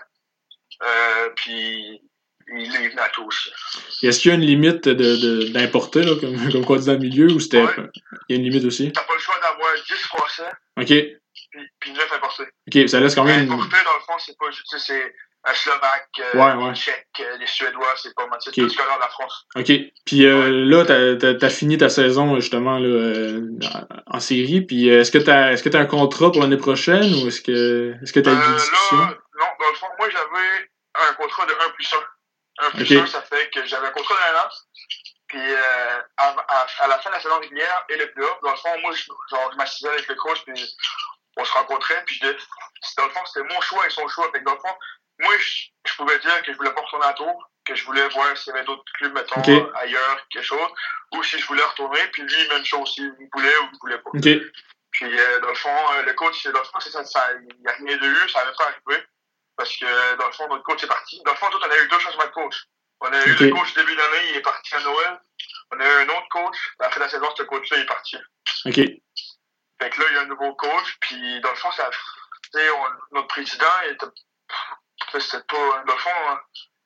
Euh, puis il est venu à Tours aussi. Est-ce qu'il y a une limite de, de, d'importer, là, comme, comme quoi dit dans le milieu, ou c'était. Ouais. Il y a une limite aussi? T'as pas le choix d'avoir dix Français. OK. Puis, puis neuf importés. OK, ça laisse quand même. Importés, dans le fond, c'est pas juste, c'est un Slovaque, euh, ouais, ouais. les Tchèques, les Suédois, c'est pas mal. C'est okay. Tout ce qu'on a de la France. OK. Puis euh, ouais. là, t'as, t'as, t'as fini ta saison, justement, là, euh, en série. Puis euh, est-ce que t'as est-ce que t'as un contrat pour l'année prochaine ou est-ce que est-ce que t'as euh, des discussions? Là, non, dans le fond, moi, j'avais un contrat de un plus un. un plus okay. un, ça fait que j'avais un contrat d'un an. Puis euh, à, à, à la fin de la saison régulière et le playoff, dans le fond, moi, je, genre, je m'assisais avec le coach, puis on se rencontrait, puis je, dans le fond, c'était mon choix et son choix. Fait que dans le fond, moi, je, je pouvais dire que je voulais pas retourner à Tours, que je voulais voir s'il y avait d'autres clubs, mettons, okay. ailleurs, quelque chose, ou si je voulais retourner, puis lui, même chose, s'il voulait ou il voulait pas. Okay. Puis euh, dans le fond, euh, le coach, dans le fond, c'est ça, ça, il n'y a rien de eu, ça n'avait pas arrivé, parce que dans le fond, notre coach est parti. Dans le fond, nous, on a eu deux changements de coach. On a eu okay. le coach début d'année, il est parti à Noël. On a eu un autre coach, à la fin de la saison, ce coach-là est parti. OK. Fait que là, il y a un nouveau coach, puis dans le fond, ça, on, notre président, il était, c'était pas, dans le fond, hein,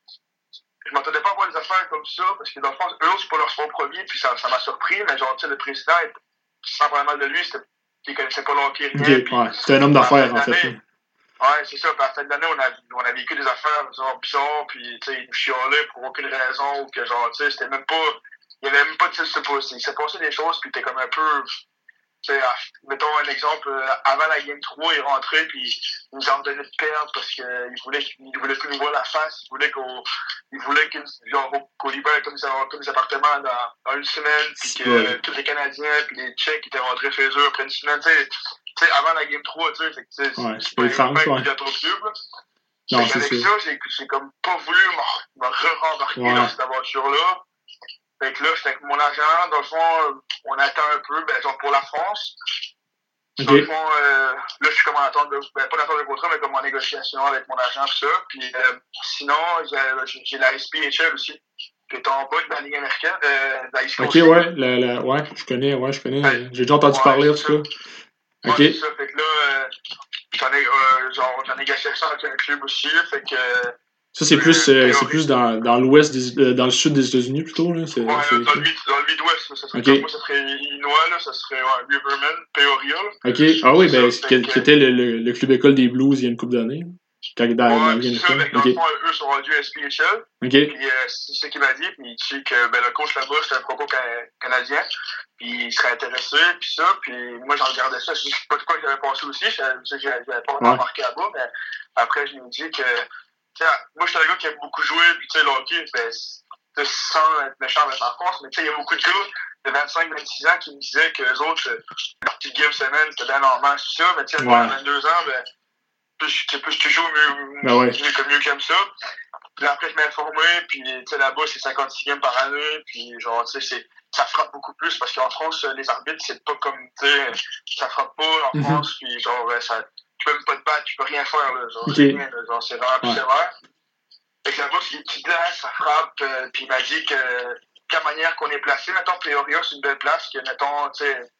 je m'attendais pas à voir des affaires comme ça, parce que dans le fond, eux, c'est pas leur sport premier, puis ça, ça m'a surpris, mais genre, tu sais, le président, sans vraiment mal de lui, c'était, il connaissait pas l'hockey, rien. Okay. Puis, ouais, c'était un homme d'affaires, en fait. Ouais, c'est ça. Puis à la fin de l'année, on a, on a vécu des affaires genre bizarres, puis tu sais, ils nous chialaient pour aucune raison, ou que genre, tu sais, c'était même pas. Il y avait même pas de ce qui il s'est passé des choses, puis t'es comme un peu. Tu sais, mettons un exemple, avant la game trois, il rentrait, puis il nous en donnait de perdre parce qu'il voulait, il voulait plus nous voir la face, il voulait qu'on. Il voulait qu'il, genre, qu'on libère comme, comme des appartements dans, dans une semaine, puis que ouais. euh, tous les Canadiens, puis les Tchèques étaient rentrés chez eux après une semaine, tu sais. Tu sais, avant la game trois, tu sais, fait que, tu sais, ouais, c'est pas une pas ouais. à ton club, là. Non, c'est avec ça, j'ai, j'ai comme pas voulu me, me re-rembarquer ouais. dans cette aventure-là. Fait que là, j'étais avec mon agent, dans le fond, on attend un peu, ben, genre, pour la France. Okay. Dans le fond, euh, là, je suis comme en attente de, ben, pas en attente de contrat, mais comme en négociation avec mon agent, tout ça. Puis, euh, sinon, j'ai, j'ai la S P H L aussi, qui est en bas de la Ligue américaine, euh, de la East Coast. Ok, ouais, la, la, ouais, je connais, ouais, je connais. Ouais. J'ai déjà entendu ouais, parler, en tout cas. Ouais, ok. C'est ça, fait que là, euh, j'en ai, euh, genre, j'en ai gâché ça avec un club aussi, fait que. Euh, ça, c'est plus, euh, c'est plus dans, dans l'ouest, des, euh, dans le sud des États-Unis plutôt, là. C'est, ouais, c'est dans, le mid, dans le Midwest, là, ça serait, okay. moi, ça serait Illinois, là, ça serait ouais, Riverman, Peoria. Là. Ok, ah oui, ben, ça, qui, que... qui était le, le, le club école des Blues il y a une couple d'années. Quand, dans, ouais, c'est ça, avec okay. Dans le fond, eux sont rendus à S P H L. Ok. Puis euh, c'est ce qu'il m'a dit, puis il dit que ben, le coach là-bas, c'est un propos canadien, puis il serait intéressé, puis ça, puis moi, j'en regardais ça, je sais pas de quoi j'avais pensé aussi, je j'avais pas vraiment ouais. marqué là-bas, mais après, je me dis que, tu sais, moi, je suis un gars qui aime beaucoup jouer, puis tu sais, le hockey, ben, sans être méchant avec ma France, mais tu sais, il y a beaucoup de gars de vingt-cinq vingt-six ans qui me disaient que les autres, leur petite game semaine, c'était bien normal, tout ça, mais tu sais, ouais. à vingt-deux ans, ben, plus, plus tu joues, mieux, ben ouais. mieux, mieux comme ça. Puis après, je m'ai informé, puis tu sais, là-bas, c'est cinquante-six games par année, puis genre, tu sais, ça frappe beaucoup plus, parce qu'en France, les arbitres, c'est pas comme, tu sais, ça frappe pas en France, mm-hmm. puis genre, ouais, ça, tu peux même pas te battre, tu peux rien faire, là, genre, okay. rien, là, genre c'est vraiment plus ouais. sévère. Fait que là-bas, c'est des petits glaces, ça frappe, euh, puis il m'a dit que, de la manière qu'on est placé, mettons, Peoria, c'est une belle place, que, mettons, tu sais,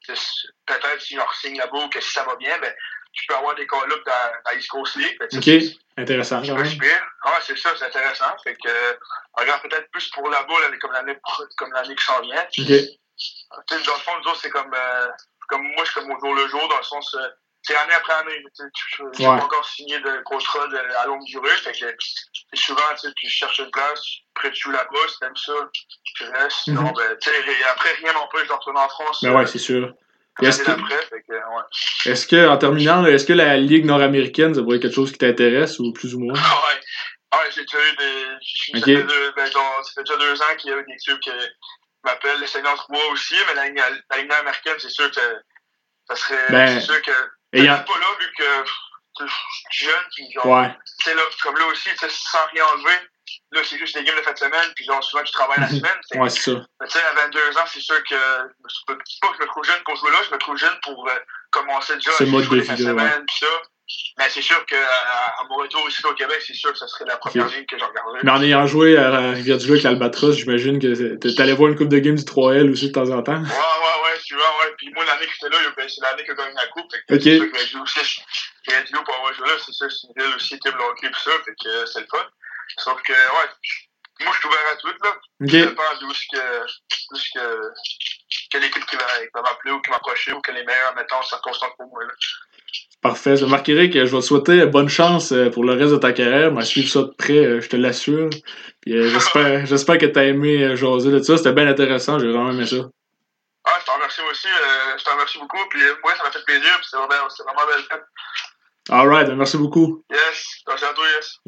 peut-être si je re-signe là-bas ou que si ça va bien, ben, tu peux avoir des call-ups dans, dans la East Coast League. Ben, ok, c'est, intéressant c'est quand pas même. si pire. Ouais, c'est ça, c'est intéressant. Fait que, euh, on regarde peut-être plus pour la boule comme l'année, comme l'année qui s'en vient. Ok. T'sais, dans le fond, nous autres, c'est comme, euh, comme moi, je suis comme au jour le jour, dans le sens, euh, c'est année après année. Je n'ai ouais. pas encore signé de contrat de, à longue durée. Fait que souvent, tu cherches une place, près de sous là-bas, si t'aimes ça, tu restes. Sinon, mm-hmm. ben, tu sais, après rien m'empêche de retourner en France. Ben euh, ouais, c'est sûr. Est-ce que, fait que, ouais. Est-ce que, en terminant, est-ce que la Ligue nord-américaine, ça pourrait être quelque chose qui t'intéresse ou plus ou moins? ouais. Ouais, j'ai déjà eu des. Okay. Ça, fait deux, ben, genre, ça fait déjà deux ans qu'il y a eu des clubs qui m'appellent les Seigneurs trois aussi, mais la Ligue, la Ligue américaine, c'est sûr que ça serait. Ben, c'est sûr que. T'es même pas là vu que je suis jeune, puis genre. Ouais. Tu sais, là, comme là aussi, sans rien enlever, là, c'est juste des games de fin de semaine, puis genre, souvent, tu travailles la semaine. T'sais. Ouais, c'est ça. Mais tu sais, à vingt-deux ans, c'est sûr que. Je ne dis pas que je me trouve jeune pour jouer là, je me trouve jeune pour euh, commencer déjà à jouer les fins de semaine, puis ça. Mais c'est sûr qu'à à mon retour ici au Québec, c'est sûr que ce serait la première okay. ligue que je regarderais. Mais en ayant joué à Rivière-du-Loup avec l'Albatros, j'imagine que t'allais voir une coupe de games du trois L aussi de temps en temps. Ouais, ouais, ouais, tu vois, ouais. Puis moi, l'année que j'étais là, c'est l'année que j'ai gagné la coupe. Fait que okay. c'est sûr que Rivière-du-Loup pour avoir joué là, c'est sûr, c'est une ville aussi qui aime le hockey pis ça, fait que c'est le fun. Sauf que, ouais, moi, je suis ouvert à tout, là. Okay. Ça dépend d'où ce que, d'où ce que, quelle équipe qui va, qui va m'appeler ou qui m'approcher ou quelle est meilleure, mettons, circonstance pour moi, là. Parfait. Marc-Éric, je vais te souhaiter bonne chance pour le reste de ta carrière. Je vais suivre ça de près, je te l'assure. Puis, euh, j'espère, j'espère que tu as aimé jaser de ça. C'était bien intéressant. J'ai vraiment aimé ça. Ah, je t'en remercie moi aussi. Euh, je t'en remercie beaucoup. Puis, ouais, ça m'a fait plaisir. Puis, c'est vraiment, c'est vraiment belle fête. All right. Merci beaucoup. Yes. Merci à toi, yes.